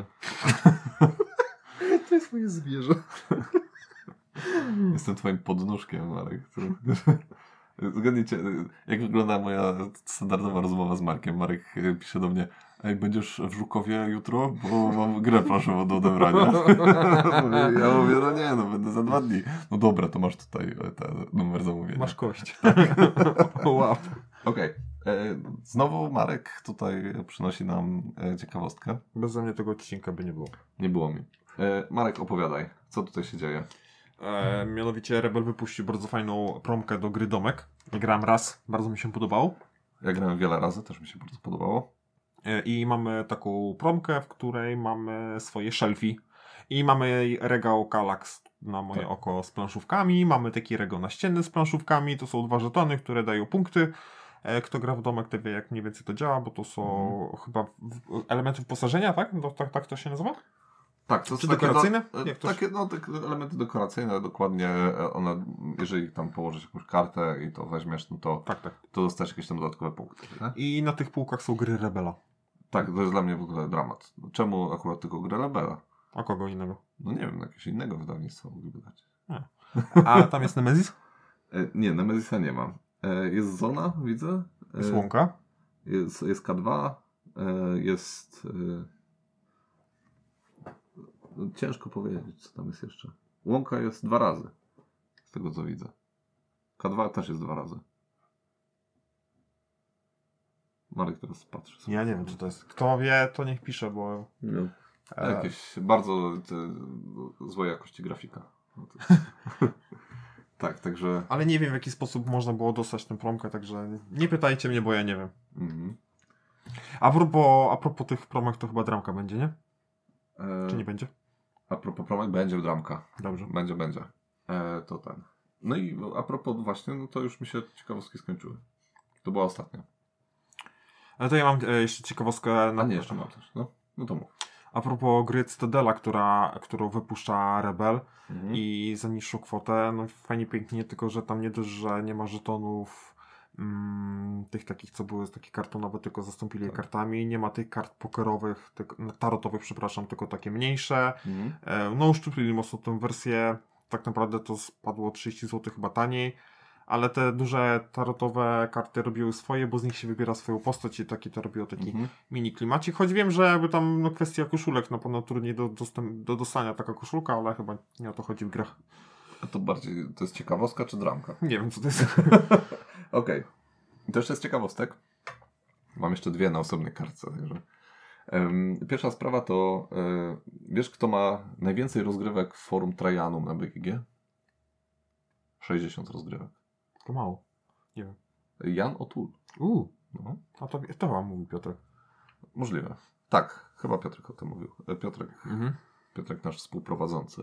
To jest moje zwierzę. Jestem twoim podnóżkiem, Marek. Zgadnijcie, jak wygląda moja standardowa rozmowa z Markiem. Marek pisze do mnie: ej, będziesz w Żukowie jutro? Bo mam grę planszową do odebrania. Ja mówię, no nie, no będę za dwa dni. No dobra, to masz tutaj ten numer zamówienia. Masz kość. Wow. Okej. Okay. Znowu Marek tutaj przynosi nam ciekawostkę. Beze mnie tego odcinka by nie było. Nie było mi. Marek, opowiadaj, co tutaj się dzieje? E, mianowicie Rebel wypuścił bardzo fajną promkę do gry Domek. Ja grałem raz, bardzo mi się podobało. Ja grałem wiele razy, też mi się bardzo podobało. E, I mamy taką promkę, w której mamy swoje shelfy. I mamy regał Kallax na moje tak. oko z planszówkami. Mamy taki regał naścienny z planszówkami. To są dwa żetony, które dają punkty. E, kto gra w Domek, to wie, jak mniej więcej to działa, bo to są mm. chyba elementy wyposażenia, tak? No, tak? Tak to się nazywa? Tak, to Czy dekoracyjne? Do, Jak to takie, no, takie elementy dekoracyjne, dokładnie one, jeżeli tam położysz jakąś kartę i to weźmiesz, no to, tak, tak. to dostajesz jakieś tam dodatkowe punkty. Nie? I na tych półkach są gry Rebela. Tak, to jest dla mnie w ogóle dramat. Czemu akurat tylko gry Rebela? A kogo innego? No nie wiem, jakiegoś innego wydawnictwa mogliby dać. A, A tam jest Nemesis? e, nie, Nemesisa nie ma. E, jest Zona, widzę. E, jest Łąka? Jest, jest K dwa. E, jest... E, Ciężko powiedzieć, co tam jest jeszcze. Łąka jest dwa razy. Z tego co widzę. K dwa też jest dwa razy. Marek teraz patrzy sobie. Ja nie wiem, co to jest. Kto wie, to niech pisze, bo... No. E... Jakieś bardzo te, złej jakości grafika. No to... tak, także... Ale nie wiem, w jaki sposób można było dostać tę promkę, także nie pytajcie mnie, bo ja nie wiem. Mhm. A propos, a propos tych promek, to chyba dramka będzie, nie? E, Czy nie będzie? A propos promek, będzie dramka. Dobrze. Będzie, będzie. E, to ten. No i a propos właśnie, no to już mi się ciekawostki skończyły. To była ostatnia. Ale to ja mam e, jeszcze ciekawostkę. Na... A nie, jeszcze mam też. No, no to mów. A propos gry Cytadela, która, którą wypuszcza Rebel Mhm. i za niższą kwotę, no fajnie, pięknie, tylko że tam nie dość, że nie ma żetonów mm, tych takich, co były takie kartonowe, tylko zastąpili je Tak. kartami, nie ma tych kart pokerowych, tylko, no, tarotowych, przepraszam, tylko takie mniejsze. Mhm. E, no uszczuplili mocno tę wersję, tak naprawdę to spadło trzydzieści złotych chyba taniej. Ale te duże tarotowe karty robiły swoje, bo z nich się wybiera swoją postać i takie to robiło taki Mhm. mini klimacik. Choć wiem, że jakby tam no, kwestia koszulek, na pewno trudniej do, dostęp, do dostania taka koszulka, ale chyba nie o to chodzi w grach. A to bardziej, to jest ciekawostka czy dramka? Nie wiem, co to jest. Okej. Okay. To jeszcze jest ciekawostek. Mam jeszcze dwie na osobnej kartce. Także. Um, pierwsza sprawa to e, wiesz, kto ma najwięcej rozgrywek w forum Trajanum na B G G? sześćdziesiąt rozgrywek. To mało. Nie wiem. Jan Otul. Uuu. No. A to, to wam mówi Piotr. Możliwe. Tak, chyba Piotrek o tym mówił. E, Piotrek, Mhm. Piotrek nasz współprowadzący.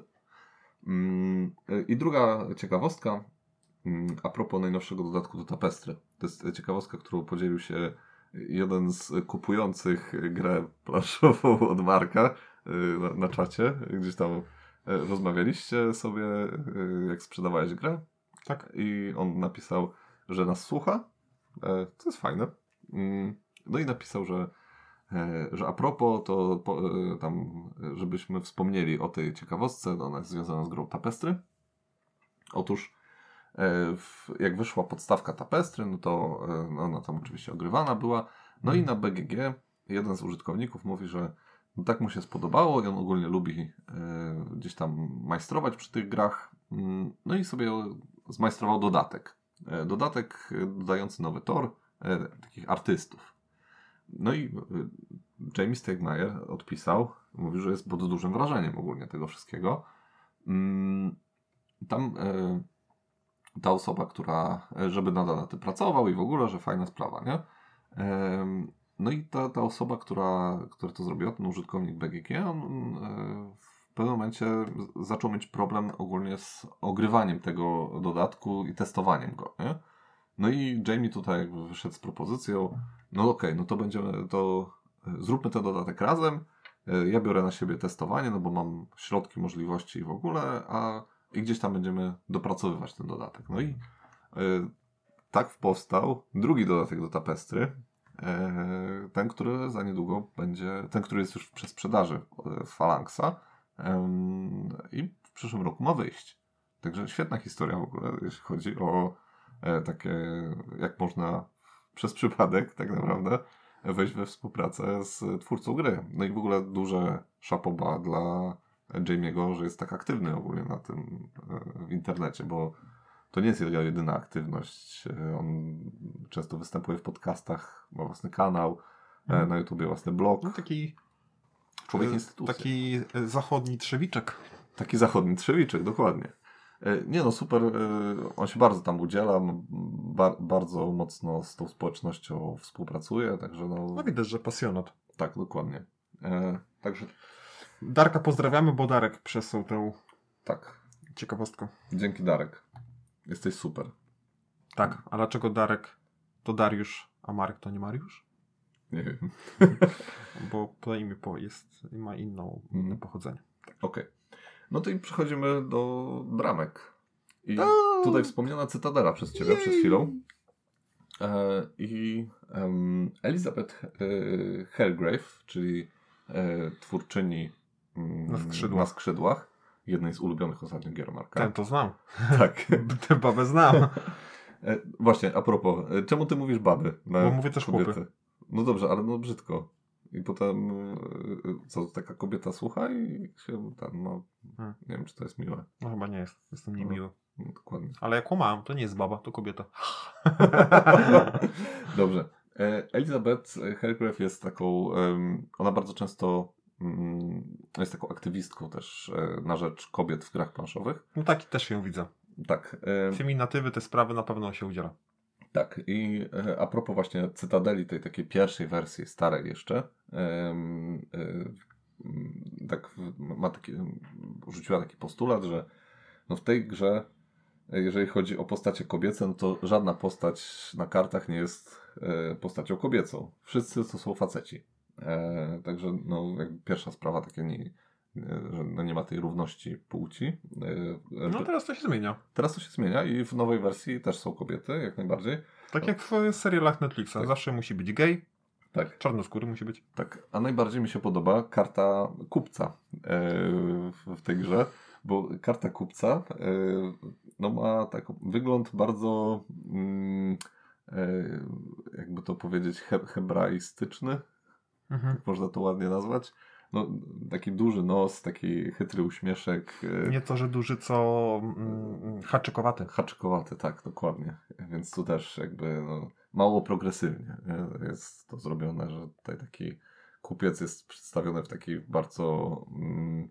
Mm, e, I druga ciekawostka. Mm, a propos najnowszego dodatku do Tapestry. To jest ciekawostka, którą podzielił się jeden z kupujących grę planszową od Marka y, na, na czacie. Gdzieś tam y, rozmawialiście sobie, y, jak sprzedawałeś grę. Tak. I on napisał, że nas słucha. E, to jest fajne. Mm, no i napisał, że, e, że a propos, to po, e, tam, żebyśmy wspomnieli o tej ciekawostce, ona jest związana z grą Tapestry. Otóż e, w, jak wyszła podstawka Tapestry, no to e, ona tam oczywiście ogrywana była. No i na B G G jeden z użytkowników mówi, że no tak mu się spodobało i on ogólnie lubi e, gdzieś tam majstrować przy tych grach. Mm, no i sobie zmajstrował dodatek. E, dodatek dodający nowy tor e, takich artystów. No i e, Jamie Stegmaier odpisał, mówi, że jest pod dużym wrażeniem ogólnie tego wszystkiego. Mm, tam e, ta osoba, która, żeby nadal na tym pracował i w ogóle, że fajna sprawa, nie? E, no i ta, ta osoba, która, która to zrobiła, ten użytkownik B G G, on e, w pewnym momencie zaczął mieć problem ogólnie z ogrywaniem tego dodatku i testowaniem go, nie? No i Jamie tutaj jakby wyszedł z propozycją, no okej, okay, no to będziemy, to zróbmy ten dodatek razem, ja biorę na siebie testowanie, no bo mam środki, możliwości i w ogóle, a i gdzieś tam będziemy dopracowywać ten dodatek. No i y, tak powstał drugi dodatek do Tapestry, y, ten, który za niedługo będzie, ten, który jest już w przedsprzedaży z Phalanxa, i w przyszłym roku ma wyjść. Także świetna historia w ogóle, jeśli chodzi o e, takie, jak można przez przypadek tak naprawdę wejść we współpracę z twórcą gry. No i w ogóle duże szapoba dla Jamie'ego, że jest tak aktywny ogólnie na tym e, w internecie, bo to nie jest jego jedyna aktywność. E, on często występuje w podcastach, ma własny kanał, e, na YouTubie własny blog. No, taki Człowiek instytucja. Taki zachodni trzewiczek. Taki zachodni trzewiczek, dokładnie. Nie no, super, on się bardzo tam udziela, ba- bardzo mocno z tą społecznością współpracuje, także no... No widać, że pasjonat. Tak, dokładnie. E, także... Darka pozdrawiamy, bo Darek przesłał tę tak. ciekawostkę. Dzięki, Darek. Jesteś super. Tak, a dlaczego Darek to Dariusz, a Marek to nie Mariusz? Nie wiem. Bo po imię po jest, ma inną, inne mm. pochodzenie. Okej. Okay. No to i przechodzimy do dramek. I tak. Tutaj wspomniana Cytadela przez Ciebie Jej. przed chwilą. E, I um, Elizabeth e, Hargrave, czyli e, twórczyni um, na, skrzydłach. na skrzydłach, jednej z ulubionych ostatnio gier Marka. Ten to znam. Tak. Tę babę znam. E, właśnie, a propos, czemu Ty mówisz baby? Bo mówię też kobiety? chłopy. No dobrze, ale no brzydko. I potem co, taka kobieta słucha i się tam, no, hmm. nie wiem, czy to jest miłe. No chyba nie jest, jestem niemiły. No, dokładnie. Ale jak kłamałem, to nie jest baba, to kobieta. Dobrze. Elizabeth Hargrave jest taką, ona bardzo często jest taką aktywistką też na rzecz kobiet w grach planszowych. No tak, też ją widzę. Tak. Feminatywy, te sprawy na pewno się udziela. Tak, i a propos właśnie Cytadeli, tej takiej pierwszej wersji, starej jeszcze, tak ma taki, rzuciła taki postulat, że no w tej grze, jeżeli chodzi o postacie kobiece, no to żadna postać na kartach nie jest postacią kobiecą. Wszyscy to są faceci. E, także no, jakby pierwsza sprawa takie nie, że no nie ma tej równości płci. E, no teraz to się zmienia. Teraz to się zmienia i w nowej wersji też są kobiety, jak najbardziej. Tak jak w serialach Netflixa. Tak. Zawsze musi być gej. Tak. Czarnoskóry musi być. Tak. A najbardziej mi się podoba karta kupca e, w, w tej grze, bo karta kupca e, no ma tak wygląd bardzo mm, e, jakby to powiedzieć he, hebraistyczny. Mhm. Można to ładnie nazwać. No, taki duży nos, taki chytry uśmieszek. Nie to, że duży, co mm, haczykowaty. Haczykowaty, tak, dokładnie. Więc tu też jakby no, mało progresywnie nie? Jest to zrobione, że tutaj taki kupiec jest przedstawiony w taki bardzo mm,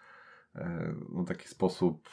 e, no, taki sposób,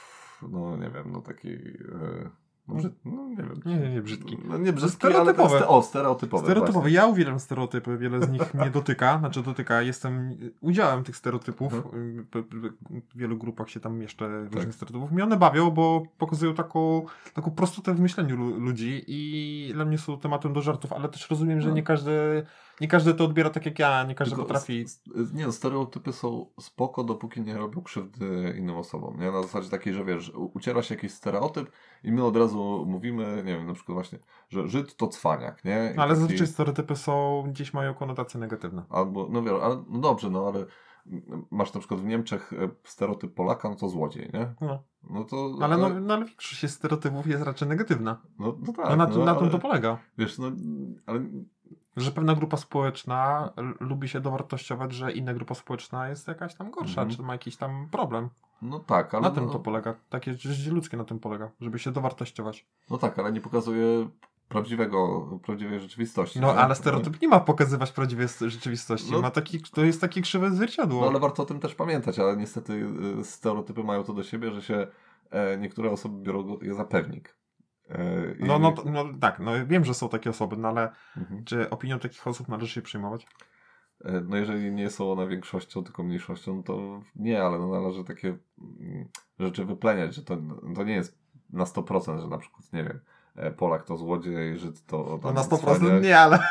no nie wiem, no taki... E, No, brzyd... no nie wiem. Nie, nie, nie brzydki. No nie brzydki, ale ten ste... o, stereotypowy. Stereotypowy. Ja uwielbiam stereotypy, wiele z nich mnie dotyka. Znaczy dotyka, jestem udziałem tych stereotypów. Mhm. W wielu grupach się tam jeszcze tak. różnych stereotypów. Mnie one bawią, bo pokazują taką, taką prostotę w myśleniu ludzi i dla mnie są tematem do żartów, ale też rozumiem, że no. nie każdy nie każdy to odbiera tak jak ja, nie każdy Tylko potrafi... Nie, no, stereotypy są spoko, dopóki nie robią krzywdy innym osobom. Nie? Na zasadzie takiej, że wiesz, uciera się jakiś stereotyp i my od razu mówimy, nie wiem, na przykład właśnie, że Żyd to cwaniak, nie? I ale taki... zazwyczaj stereotypy są, gdzieś mają konotacje negatywne. Albo, no wiesz, ale no dobrze, no ale masz na przykład w Niemczech stereotyp Polaka, no to złodziej, nie? No. No to, ale, no, no ale większość stereotypów jest raczej negatywna. No, no tak. No na, no, na ale, tym to polega. Wiesz, no, ale... Że pewna grupa społeczna lubi się dowartościować, że inna grupa społeczna jest jakaś tam gorsza, mm-hmm. czy ma jakiś tam problem. No tak, ale... Na tym no, to polega. Takie życie ludzkie na tym polega, żeby się dowartościować. No tak, ale nie pokazuje prawdziwego, prawdziwej rzeczywistości. No, ale stereotyp nie ma pokazywać prawdziwej rzeczywistości. No, ma taki, to jest takie krzywe zwierciadło. No, ale warto o tym też pamiętać, ale niestety stereotypy mają to do siebie, że się e, niektóre osoby biorą je za pewnik. E, no, i... no, no tak, no wiem, że są takie osoby, no ale mhm. czy opinią takich osób należy się przejmować? E, no jeżeli nie są one większością, tylko mniejszością, no to nie, ale no, należy takie mm, rzeczy wypleniać, że to, to nie jest na sto procent, że na przykład, nie wiem, Polak to złodziej, Żyd to... No na sto procent cwaniak. Nie, ale...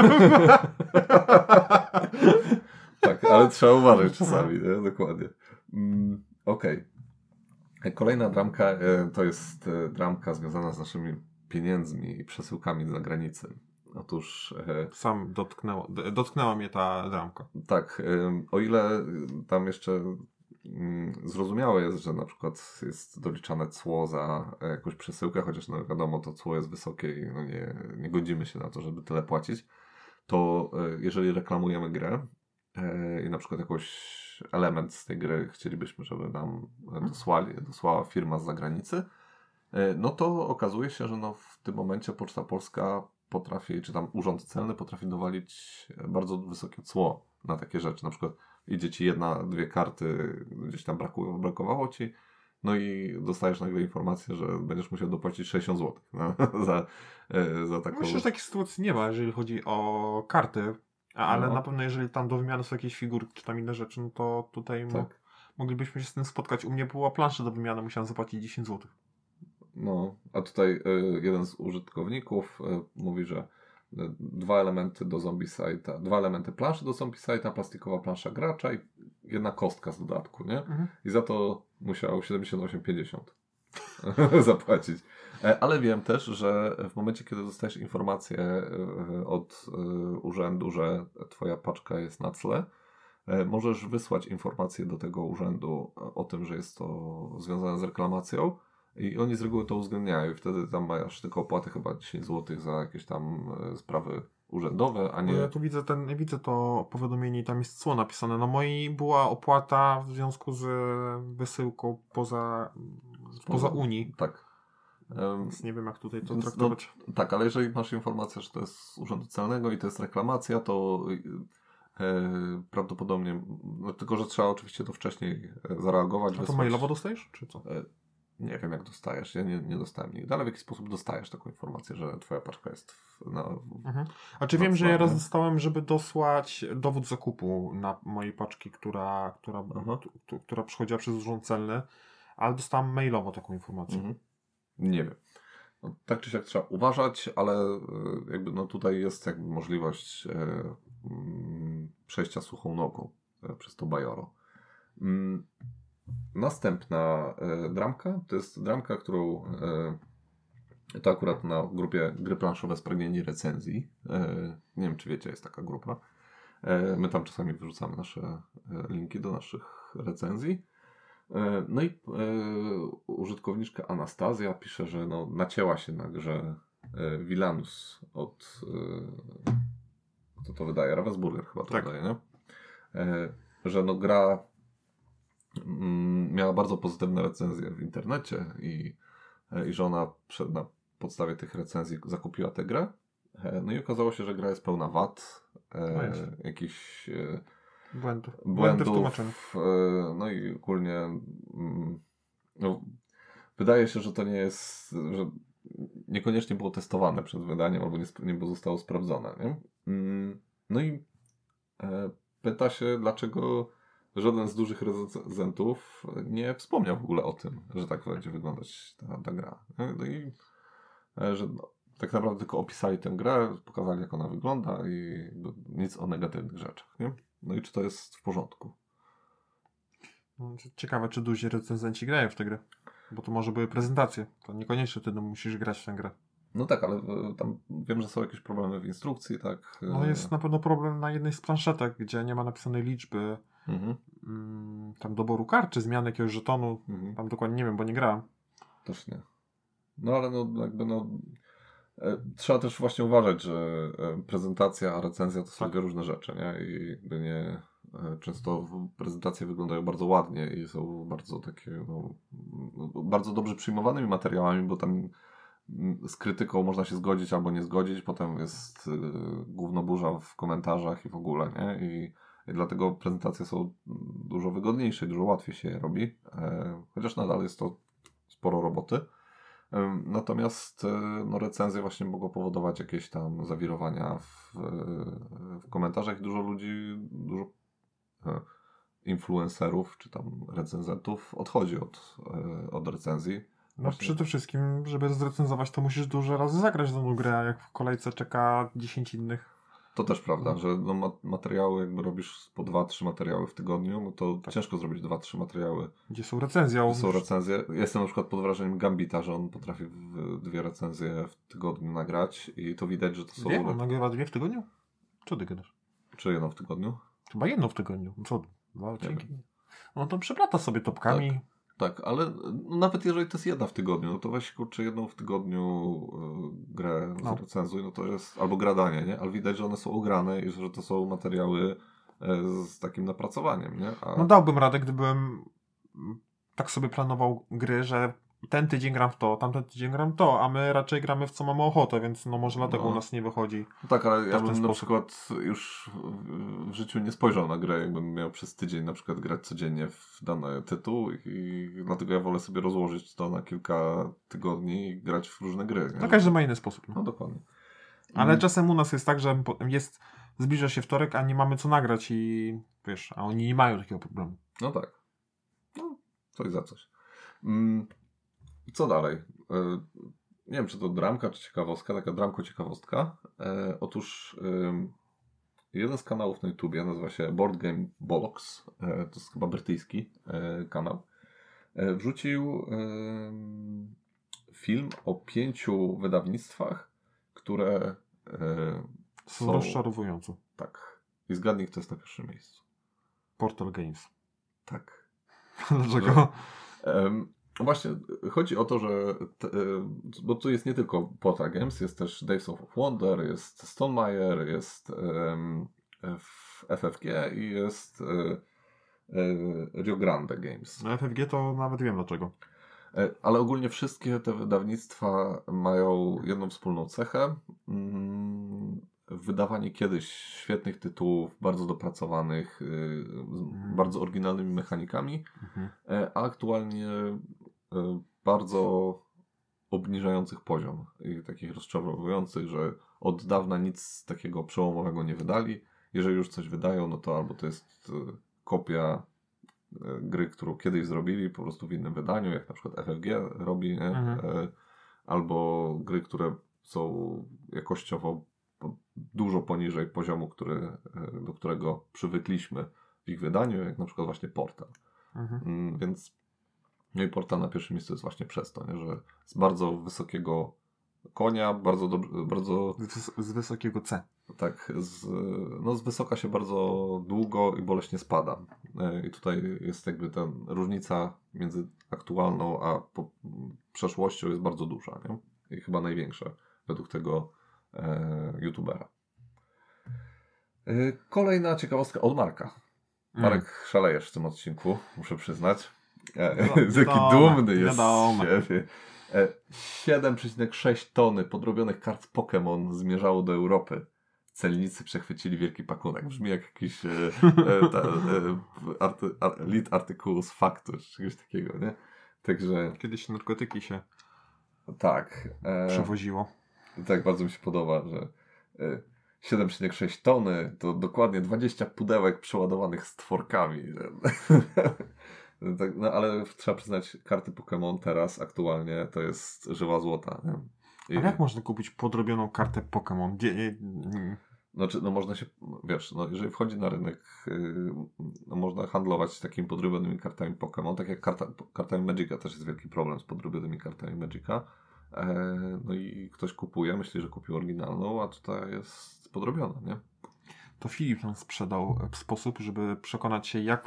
tak, ale trzeba uważać czasami, nie? Dokładnie. Mm, Okej. Okay. Kolejna dramka to jest dramka związana z naszymi pieniędzmi i przesyłkami z zagranicy. Otóż... Sam dotknęło, dotknęła mnie ta dramka. Tak, o ile tam jeszcze zrozumiałe jest, że na przykład jest doliczane cło za jakąś przesyłkę, chociaż no wiadomo, to cło jest wysokie i no nie, nie godzimy się na to, żeby tyle płacić, to jeżeli reklamujemy grę i na przykład jakiś element z tej gry chcielibyśmy, żeby nam dosłali, dosłała firma z zagranicy, no to okazuje się, że no w tym momencie Poczta Polska potrafi, czy tam Urząd Celny potrafi dowalić bardzo wysokie cło na takie rzeczy, na przykład idzie ci jedna, dwie karty, gdzieś tam braku, brakowało ci, no i dostajesz nagle informację, że będziesz musiał dopłacić sześćdziesiąt złotych no, za, za taką... Myślę, że takiej sytuacji nie ma, jeżeli chodzi o karty, ale no. na pewno jeżeli tam do wymiany są jakieś figurki czy tam inne rzeczy, no to tutaj tak. mo- moglibyśmy się z tym spotkać. U mnie była plansza do wymiany, musiałem zapłacić dziesięć złotych. No, a tutaj y, jeden z użytkowników y, mówi, że dwa elementy do Zombicide'a, dwa elementy planszy do Zombicide'a, plastikowa plansza gracza i jedna kostka z dodatku, nie? Mhm. I za to musiał siedemdziesiąt osiem pięćdziesiąt zapłacić. Ale wiem też, że w momencie, kiedy dostajesz informację od urzędu, że twoja paczka jest na cle, możesz wysłać informację do tego urzędu o tym, że jest to związane z reklamacją. I oni z reguły to uwzględniają i wtedy tam masz tylko opłaty chyba dziesięć złotych za jakieś tam e, sprawy urzędowe, a nie... Ja tu widzę, ten, widzę to powiadomienie i tam jest cło napisane. No mojej była opłata w związku z wysyłką poza, poza, poza Unii. Tak. Um, Więc nie wiem jak tutaj to traktować. No, tak, ale jeżeli masz informację, że to jest z Urzędu Celnego i to jest reklamacja, to e, prawdopodobnie, no, tylko że trzeba oczywiście to wcześniej zareagować. A to mailowo dostajesz, czy co? E, nie wiem jak dostajesz, ja nie, nie dostałem nigdy, ale w jaki sposób dostajesz taką informację, że twoja paczka jest w, na... Mhm. A czy wiem, że ja raz dostałem, żeby dosłać dowód zakupu na mojej paczki, która, która, t, która przychodziła przez urząd celny, ale dostałem mailowo taką informację. Mhm. Nie wiem. No, tak czy siak trzeba uważać, ale jakby no tutaj jest jakby możliwość e, m, przejścia suchą nogą e, przez to bajoro. Mm, następna e, dramka to jest dramka, którą e, to akurat na grupie Gry Planszowe Spragnieni Recenzji. E, nie wiem, czy wiecie, jest taka grupa. E, my tam czasami wyrzucamy nasze e, linki do naszych recenzji. No i e, użytkowniczka Anastazja pisze, że no, nacięła się na grze e, Vilanus od e, kto to wydaje? Ravensburger chyba to tak. wydaje, nie? E, że no gra mm, miała bardzo pozytywne recenzje w internecie i, e, i że ona przed, na podstawie tych recenzji zakupiła tę grę. E, no i okazało się, że gra jest pełna wad, e, jakichś e, Błędów. Błędów, Błędów no i ogólnie no, wydaje się, że to nie jest, że niekoniecznie było testowane przed wydaniem albo nie, nie zostało sprawdzone. Nie? No i e, pyta się, dlaczego żaden z dużych recenzentów nie wspomniał w ogóle o tym, że tak będzie wyglądać ta, ta gra. No i e, że no, tak naprawdę tylko opisali tę grę, pokazali jak ona wygląda i nic o negatywnych rzeczach. Nie? No i czy to jest w porządku? Ciekawe, czy duzi recenzenci grają w tę grę. Bo to może były prezentacje. To niekoniecznie ty musisz grać w tę grę. No tak, ale tam wiem, że są jakieś problemy w instrukcji, tak? No jest na pewno problem na jednej z planszetek, gdzie nie ma napisanej liczby mhm. mm, tam doboru kart, czy zmiany jakiegoś żetonu. Mhm. Tam dokładnie nie wiem, bo nie grałem. Też nie. No ale no jakby no... Trzeba też właśnie uważać, że prezentacja a recenzja to są dwie różne rzeczy, nie? I jakby nie... Często prezentacje wyglądają bardzo ładnie i są bardzo takie, no, bardzo dobrze przyjmowanymi materiałami, bo tam z krytyką można się zgodzić albo nie zgodzić, potem jest gównoburza w komentarzach i w ogóle, nie? I, i dlatego prezentacje są dużo wygodniejsze, dużo łatwiej się je robi, chociaż nadal jest to sporo roboty. Natomiast no, recenzje właśnie mogą powodować jakieś tam zawirowania w, w komentarzach i dużo ludzi, dużo influencerów czy tam recenzentów odchodzi od, od recenzji. No właśnie. Przede wszystkim, żeby zrecenzować, to musisz dużo razy zagrać daną grę, a jak w kolejce czeka dziesięć innych. To też prawda, że no, materiały, jakby robisz po dwa trzy materiały w tygodniu, no to tak. Ciężko zrobić dwa trzy materiały. Gdzie są recenzje. Gdzie są recenzje. Jestem na przykład pod wrażeniem Gambita, że on potrafi w dwie recenzje w tygodniu nagrać i to widać, że to są... Dwie? On nagrywa dwie w tygodniu? Co ty gadasz? Czy jedno w tygodniu? Chyba jedno w tygodniu. Co? Dwa odcinki? No to przeplata sobie topkami. Tak. Tak, ale no, nawet jeżeli to jest jedna w tygodniu, no to weź kurczę jedną w tygodniu y, grę no. zrecenzuj, no to jest, albo gradanie, nie? Ale widać, że one są ograne i że to są materiały y, z takim napracowaniem, nie? A... No dałbym radę, gdybym tak sobie planował gry, że ten tydzień gram w to, tamten tydzień gram w to, a my raczej gramy w co mamy ochotę, więc no może dlatego no. u nas nie wychodzi. No tak, ale ja bym na sposób. przykład już w życiu nie spojrzał na grę, jakbym miał przez tydzień na przykład grać codziennie w dany tytuł i, i dlatego ja wolę sobie rozłożyć to na kilka tygodni i grać w różne gry. Nie? No każdy ma inny sposób. No, no dokładnie. Ale I... czasem u nas jest tak, że jest, zbliża się wtorek, a nie mamy co nagrać i wiesz, a oni nie mają takiego problemu. No tak. No, coś za coś. Mm. Co dalej? Nie wiem, czy to dramka, czy ciekawostka, taka dramko-ciekawostka. Otóż jeden z kanałów na YouTubie nazywa się Board Game Bollocks, to jest chyba brytyjski kanał, wrzucił film o pięciu wydawnictwach, które są, są rozczarowujące. Tak. I zgadnij, kto jest na pierwszym miejscu. Portal Games. Tak. Dlaczego? Um, Właśnie chodzi o to, że te, bo tu jest nie tylko Portal Games, jest też Days of Wonder, jest Stonemaier, jest um, F F G i jest um, Rio Grande Games. No F F G to nawet wiem dlaczego. Ale ogólnie wszystkie te wydawnictwa mają jedną wspólną cechę. Wydawanie kiedyś świetnych tytułów, bardzo dopracowanych, z mm. bardzo oryginalnymi mechanikami, mm-hmm. a aktualnie bardzo obniżających poziom i takich rozczarowujących, że od dawna nic takiego przełomowego nie wydali. Jeżeli już coś wydają, no to albo to jest kopia gry, którą kiedyś zrobili po prostu w innym wydaniu, jak na przykład F F G robi, nie? Mhm. Albo gry, które są jakościowo dużo poniżej poziomu, który, do którego przywykliśmy w ich wydaniu, jak na przykład właśnie Portal. Mhm. Więc no i Portal na pierwszym miejscu jest właśnie przez to, nie? Że z bardzo wysokiego konia, bardzo dobrze, bardzo... Z, z wysokiego C. Tak, z, no z wysoka się bardzo długo i boleśnie spada. I tutaj jest jakby ta różnica między aktualną a po, przeszłością jest bardzo duża, nie? I chyba największa według tego e, youtubera. E, kolejna ciekawostka od Marka. Marek, mm. szalejesz w tym odcinku, muszę przyznać. E, no, Jaki dumny jest z siebie. siedem przecinek sześć tony podrobionych kart Pokémon zmierzało do Europy. Celnicy przechwycili wielki pakunek. Brzmi jak jakiś e, e, ta, e, arty, ar, lead artykułu z faktu, czy czegoś takiego, nie? Także... Kiedyś narkotyki się tak, e, przewoziło. Tak, bardzo mi się podoba, że e, siedem przecinek sześć tony to dokładnie dwadzieścia pudełek przeładowanych stworkami. Tak, no ale trzeba przyznać, karty Pokémon teraz aktualnie to jest żywa złota. Nie? I... Ale jak można kupić podrobioną kartę Pokémon? Gdzie... Znaczy, no można się, wiesz, no jeżeli wchodzi na rynek, yy, no można handlować takimi podrobionymi kartami Pokémon, tak jak karta, kartami Magica też jest wielki problem z podrobionymi kartami Magica. E, no i ktoś kupuje, myśli, że kupił oryginalną, a tutaj jest podrobiona, nie? To Filip nam sprzedał sposób, żeby przekonać się, jak,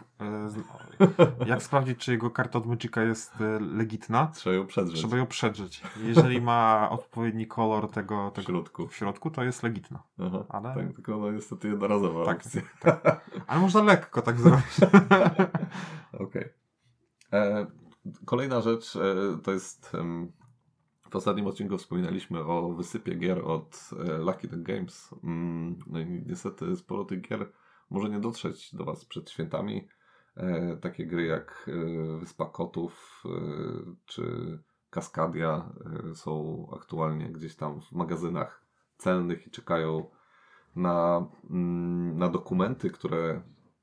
jak sprawdzić, czy jego karta od Magica jest legitna. Trzeba ją przedrzeć. Trzeba ją przedrzeć. Jeżeli ma odpowiedni kolor tego, tego w, środku. w środku, to jest legitna. Aha, ale... Tak, tylko no niestety jednorazowa tak, opcja. Tak. Ale można lekko tak zrobić. Okej. Okay. Kolejna rzecz e, to jest... Um, w ostatnim odcinku wspominaliśmy o wysypie gier od e, Lucky Duck Games. Mm, no i niestety sporo tych gier może nie dotrzeć do Was przed świętami. E, takie gry jak e, Wyspa Kotów e, czy Kaskadia e, są aktualnie gdzieś tam w magazynach celnych i czekają na, mm, na dokumenty, które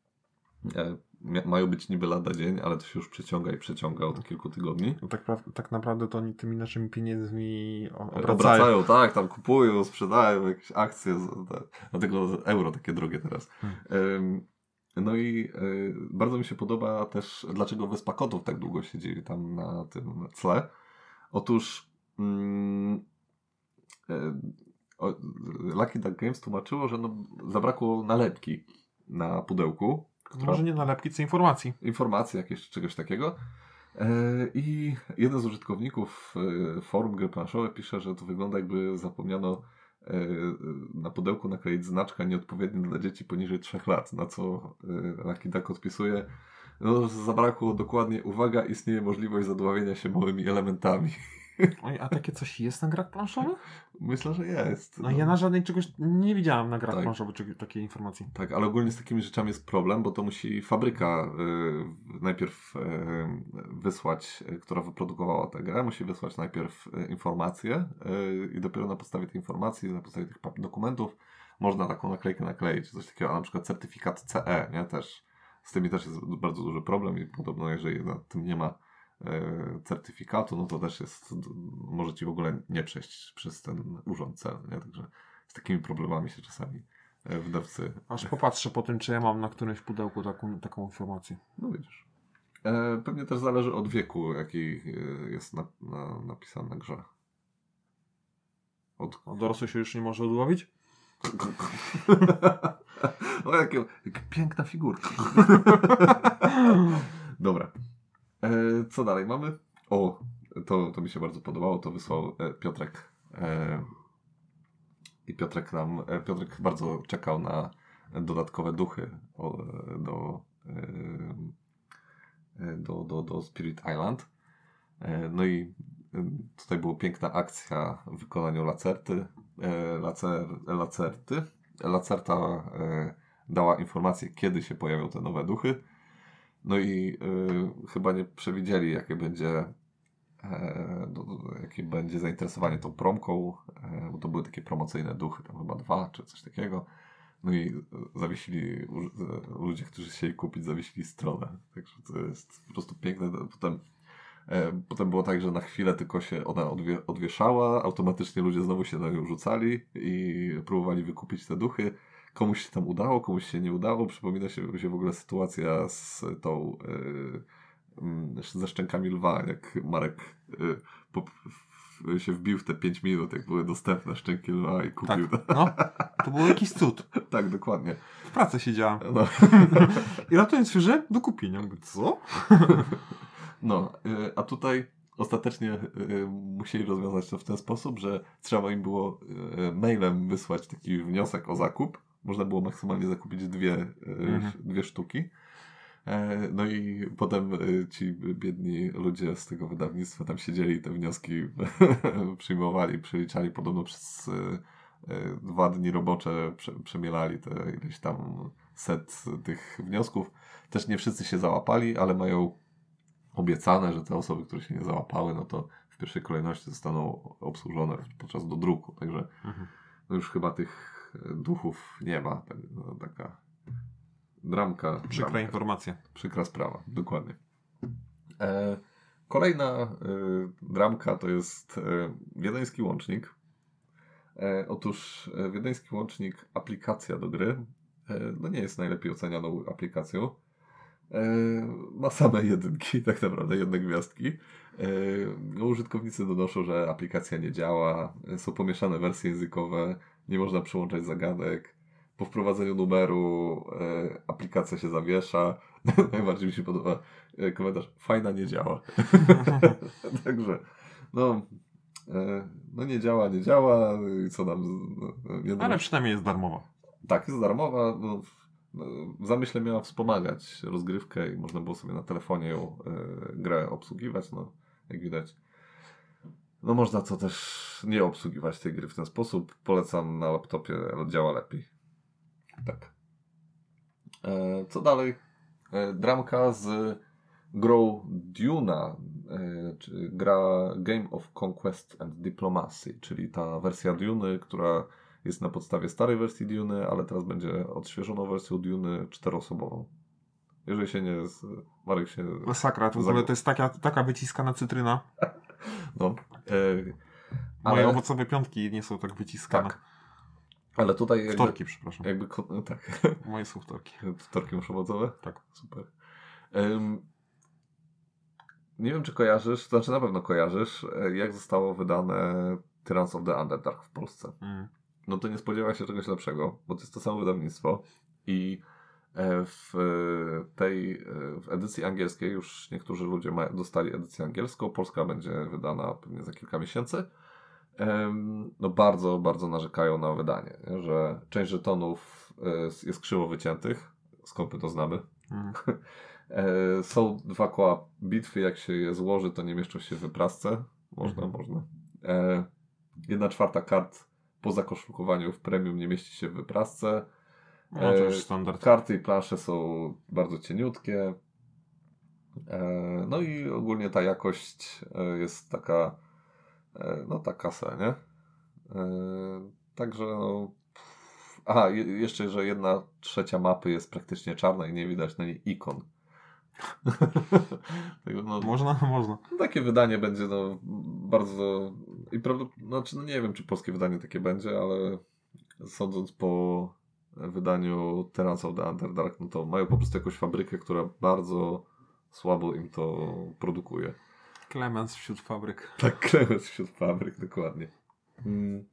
e, mają być niby lada dzień, ale to się już przeciąga i przeciąga od kilku tygodni. No tak, pra- tak naprawdę to oni tymi naszymi pieniędzmi obracają. Obracają, tak, tam kupują, sprzedają jakieś akcje, tak. Dlatego euro takie drogie teraz. Hmm. No i y, bardzo mi się podoba też, dlaczego Wyspa Kotów tak długo siedzi tam na tym tle. Otóż mm, y, o, Lucky Duck Games tłumaczyło, że no, zabrakło nalepki na pudełku. Która... Może nie nalepki, co informacji. Informacji jakieś, czegoś takiego. E, I jeden z użytkowników e, forum Gry Planszowe pisze, że to wygląda, jakby zapomniano e, na pudełku nakleić znaczka nieodpowiedni dla dzieci poniżej trzech lat, na co e, Lucky Duck odpisuje: no, zabrakło dokładnie, uwaga, istnieje możliwość zadławienia się małymi elementami. Oj, a takie coś jest na grach planszowych? Myślę, że jest. No, no. Ja na żadnej czegoś nie widziałem na grach tak. planszowych czy, takiej informacji. Tak, ale ogólnie z takimi rzeczami jest problem, bo to musi fabryka y, najpierw y, wysłać, y, która wyprodukowała tę grę, musi wysłać najpierw y, informacje y, i dopiero na podstawie tej informacji, na podstawie tych dokumentów można taką naklejkę nakleić, coś takiego, a na przykład certyfikat C E, nie, też. Z tymi też jest bardzo duży problem i podobno jeżeli na tym nie ma certyfikatu, no to też jest, może ci w ogóle nie przejść przez ten urząd celny, nie? Także z takimi problemami się czasami wydawcy... Aż popatrzę po tym, czy ja mam na którymś pudełku taką, taką informację. No widzisz. E, pewnie też zależy od wieku, jaki jest na, na, napisany na grze. Od... A dorosły się już nie może odłowić? O, jakie, jaka piękna figurka. Dobra. E, co dalej mamy? O, to, to mi się bardzo podobało, to wysłał e, Piotrek. E, I Piotrek nam, e, Piotrek bardzo czekał na dodatkowe duchy o, do, e, do, do, do Spirit Island. E, no i tutaj była piękna akcja w wykonaniu Lacerty. E, Lacer, Lacerty. Lacerta e, dała informację, kiedy się pojawią te nowe duchy. No i y, chyba nie przewidzieli, jakie będzie e, do, do, jakie będzie zainteresowanie tą promką, e, bo to były takie promocyjne duchy, tam chyba dwa czy coś takiego. No i zawiesili, ludzie, którzy chcieli kupić, zawiesili stronę. Także to jest po prostu piękne. Potem, e, potem było tak, że na chwilę tylko się ona odwie, odwieszała, automatycznie ludzie znowu się na nią rzucali i próbowali wykupić te duchy. Komuś się tam udało, komuś się nie udało. Przypomina się, się w ogóle sytuacja z tą e, ze szczękami lwa, jak Marek e, po, się wbił w te pięć minut, jak były dostępne szczęki lwa i kupił. Tak, no, to był jakiś cud. Tak, dokładnie. W pracy siedziałem. No. I ratując świeże do kupienia. Mówię, co? No, a tutaj ostatecznie musieli rozwiązać to w ten sposób, że trzeba im było mailem wysłać taki wniosek o zakup. Można było maksymalnie zakupić dwie, mhm. dwie sztuki. No i potem ci biedni ludzie z tego wydawnictwa tam siedzieli i te wnioski przyjmowali, przeliczali podobno przez dwa dni robocze, przemielali te ileś tam set tych wniosków. Też nie wszyscy się załapali, ale mają obiecane, że te osoby, które się nie załapały, no to w pierwszej kolejności zostaną obsłużone podczas do druku. Także mhm. no już chyba tych duchów nie ma. Tak, no, taka dramka. Przykra dramka. informacja. Przykra sprawa, dokładnie. E, kolejna e, dramka to jest e, wiedeński łącznik. E, otóż e, wiedeński łącznik, aplikacja do gry, e, no nie jest najlepiej ocenianą aplikacją. E, ma same jedynki, tak naprawdę, jedne gwiazdki. E, no, użytkownicy donoszą, że aplikacja nie działa, są pomieszane wersje językowe, nie można przyłączać zagadek. Po wprowadzeniu numeru e, aplikacja się zawiesza. Najbardziej mi się podoba e, komentarz, fajna nie działa. Także, no, e, no nie działa, nie działa. I co nam... No, ale przynajmniej jest darmowa. Tak, jest darmowa. No, w zamyśle miała wspomagać rozgrywkę i można było sobie na telefonie ją e, grę obsługiwać. No, jak widać. No można to też nie obsługiwać tej gry w ten sposób. Polecam na laptopie, działa lepiej. Tak. E, co dalej? E, dramka z grą Duna, e, czy gra Game of Conquest and Diplomacy, czyli ta wersja Duny, która jest na podstawie starej wersji Duny, ale teraz będzie odświeżoną wersją Duny czteroosobową. Jeżeli się nie... Z... Marek się... Masakra, to w ogóle to jest taka, taka wyciskana cytryna. No. E, Moje ale... owocowe piątki nie są tak wyciskane. Tak. Ale tutaj... Jakby, wtorki, przepraszam. Jakby, tak. Moje są wtorki. Wtorki masz owocowe? Tak. Super. Um, nie wiem, czy kojarzysz, to znaczy na pewno kojarzysz, jak zostało wydane Tyrants of the Underdark w Polsce. Mm. No to nie spodziewaj się czegoś lepszego, bo to jest to samo wydawnictwo i w tej w edycji angielskiej już niektórzy ludzie ma, dostali edycję angielską, polska będzie wydana pewnie za kilka miesięcy. No bardzo, bardzo narzekają na wydanie, nie? Że część żetonów jest krzywo wyciętych, skąd my to znamy. Mm. Są dwa koła bitwy, jak się je złoży, to nie mieszczą się w wyprasce. Można, mm. można. Jedna czwarta kart po zakoszulkowaniu w premium nie mieści się w wyprasce. No to już standard. Karty i plansze są bardzo cieniutkie. No i ogólnie ta jakość jest taka, no taka se, nie? Także no... Aha, jeszcze, że jedna trzecia mapy jest praktycznie czarna i nie widać na niej ikon. no, można, można. Takie wydanie będzie no bardzo... I prawdopodobnie, znaczy, no nie wiem, czy polskie wydanie takie będzie, ale sądząc po wydaniu Tyrants of the Underdark, no to mają po prostu jakąś fabrykę, która bardzo słabo im to produkuje. Klemens wśród fabryk. Tak, Klemens wśród fabryk, dokładnie. Hmm.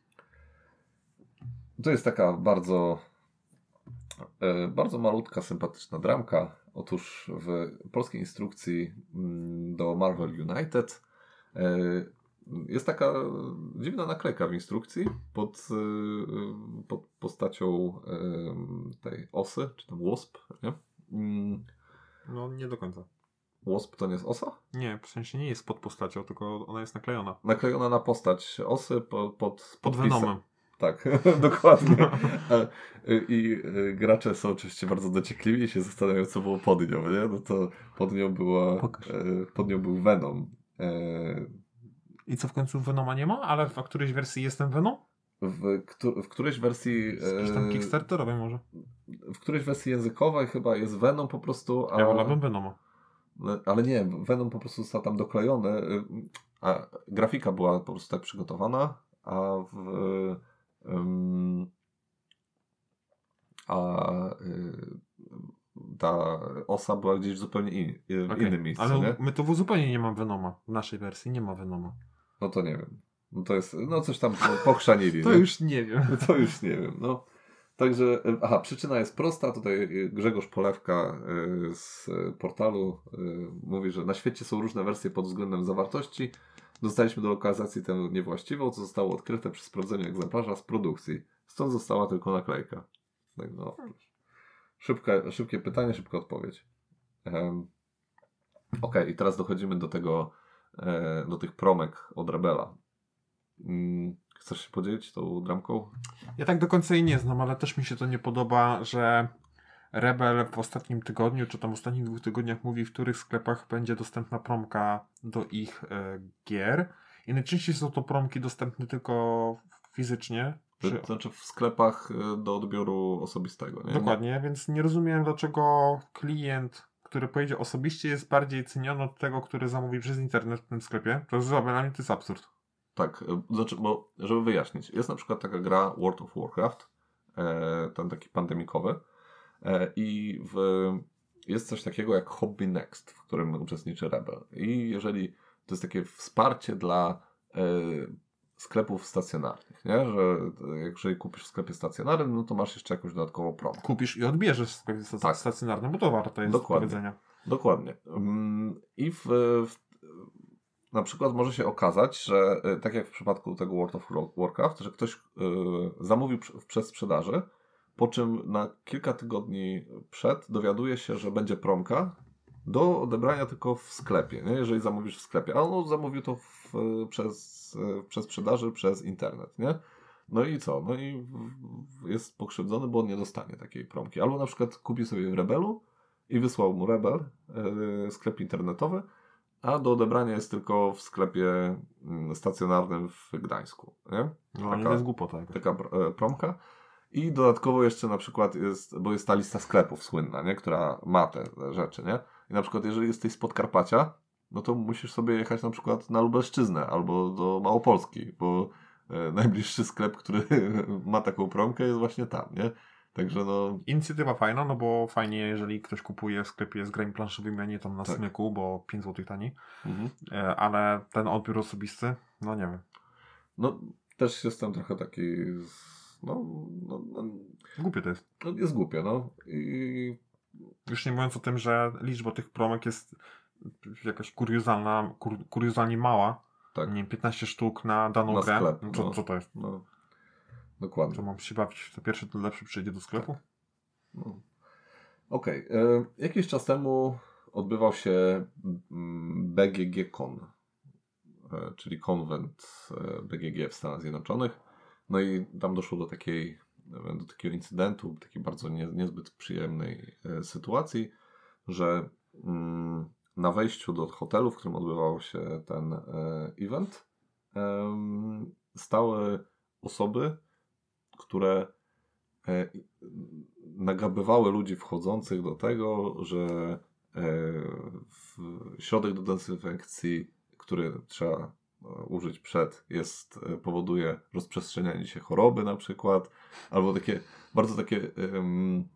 To jest taka bardzo e, bardzo malutka, sympatyczna dramka. Otóż w polskiej instrukcji mm, do Marvel United e, jest taka dziwna naklejka w instrukcji pod, e, pod postacią e, tej osy, czy tam Wasp, nie? Mm. No nie do końca. Wasp to nie jest osa? Nie, w sensie nie jest pod postacią, tylko ona jest naklejona. Naklejona na postać osy pod, pod, pod Venomem. Tak, dokładnie. I gracze są oczywiście bardzo dociekliwi i się zastanawiają, co było pod nią, nie? No to pod nią była, pod nią był Venom. I co w końcu Venoma nie ma? Ale w którejś wersji jest ten Venom? W, któ- w którejś wersji... Jakiejś tam kickstarterowej może. W którejś wersji językowej chyba jest Venom po prostu, a... Ja wolałbym Venoma. Ale nie, Venom po prostu został tam doklejony, a grafika była po prostu tak przygotowana, a w... Um, a y, ta osa była gdzieś w zupełnie in, w Okay. innym miejscu, ale nie? my tu zupełnie nie mamy Venoma. W naszej wersji nie ma Venoma. No to nie wiem. No to jest, no coś tam pochrzanili. To nie? już nie wiem. To już nie wiem, no. Także, aha, przyczyna jest prosta. Tutaj Grzegorz Polewka y, z portalu y, mówi, że na świecie są różne wersje pod względem zawartości. Dostaliśmy do lokalizacji tę niewłaściwą, co zostało odkryte przy sprawdzeniu egzemplarza z produkcji. Stąd została tylko naklejka. Tak, no. Szybka, szybkie pytanie, szybka odpowiedź. Um, ok, i teraz dochodzimy do tego, e, do tych promek od Rebela. Mm, chcesz się podzielić tą dramką? Ja tak do końca jej nie znam, ale też mi się to nie podoba, że Rebel w ostatnim tygodniu, czy tam w ostatnich dwóch tygodniach mówi, w których sklepach będzie dostępna promka do ich e, gier. I najczęściej są to promki dostępne tylko fizycznie. To znaczy w sklepach do odbioru osobistego. Nie? Dokładnie, więc nie rozumiem, dlaczego klient, który pojedzie osobiście, jest bardziej ceniony od tego, który zamówi przez internet w tym sklepie. To jest, dla mnie to jest absurd. Tak, znaczy, bo żeby wyjaśnić, jest na przykład taka gra World of Warcraft, e, ten taki pandemikowy, e, i w, jest coś takiego jak Hobby Next, w którym uczestniczy Rebel. I jeżeli to jest takie wsparcie dla e, sklepów stacjonarnych, nie? Że jeżeli kupisz w sklepie stacjonarnym, no to masz jeszcze jakąś dodatkową promkę. Kupisz i odbierzesz w sklepie stac- tak. stacjonarnym, bo to warto jest Dokładnie. powiedzenia. Dokładnie. I w, w, na przykład może się okazać, że tak jak w przypadku tego World of Warcraft, że ktoś y, zamówił w przedsprzedaży, po czym na kilka tygodni przed dowiaduje się, że będzie promka do odebrania tylko w sklepie, nie? Jeżeli zamówisz w sklepie. A on zamówił to w, przez, w przedsprzedaży przez internet, nie? No i co? No i w, jest pokrzywdzony, bo on nie dostanie takiej promki. Albo na przykład kupi sobie w Rebelu i wysłał mu Rebel, yy, sklep internetowy, a do odebrania jest tylko w sklepie yy, stacjonarnym w Gdańsku, nie? No taka, to jest głupota. Taka yy, promka. I dodatkowo jeszcze na przykład jest, bo jest ta lista sklepów słynna, nie? Która ma te rzeczy, nie? I na przykład jeżeli jesteś z Podkarpacia, no to musisz sobie jechać na przykład na Lubelszczyznę albo do Małopolski, bo yy, najbliższy sklep, który ma taką promkę, jest właśnie tam, nie? Także no... Inicjatywa fajna, no bo fajnie, jeżeli ktoś kupuje w sklepie z grami planszowymi, a nie tam na tak. smyku, bo pięć złotych taniej. Mhm. E, ale ten odbiór osobisty, no nie wiem. No też jestem trochę taki... No, no, no głupie to jest. No, jest głupie, no. I... Już nie mówiąc o tym, że liczba tych promek jest jakaś kuriozalna, kur, kuriozalnie mała. Tak. Nie wiem, piętnaście sztuk na daną na grę. Sklep, no, co, no. co to jest? No. Dokładnie. To mam się bawić, to pierwszy, to lepszy przyjdzie do sklepu? Tak. No. Okej. Okay. E, jakiś czas temu odbywał się B G G Con, e, czyli konwent B G G w Stanach Zjednoczonych. No i tam doszło do takiej, do takiego incydentu, takiej bardzo nie, niezbyt przyjemnej e, sytuacji, że mm, na wejściu do hotelu, w którym odbywał się ten e, event, e, stały osoby, które e, nagabywały ludzi wchodzących do tego, że e, w środek do dezynfekcji, który trzeba użyć przed, jest, powoduje rozprzestrzenianie się choroby na przykład, albo takie, bardzo takie um,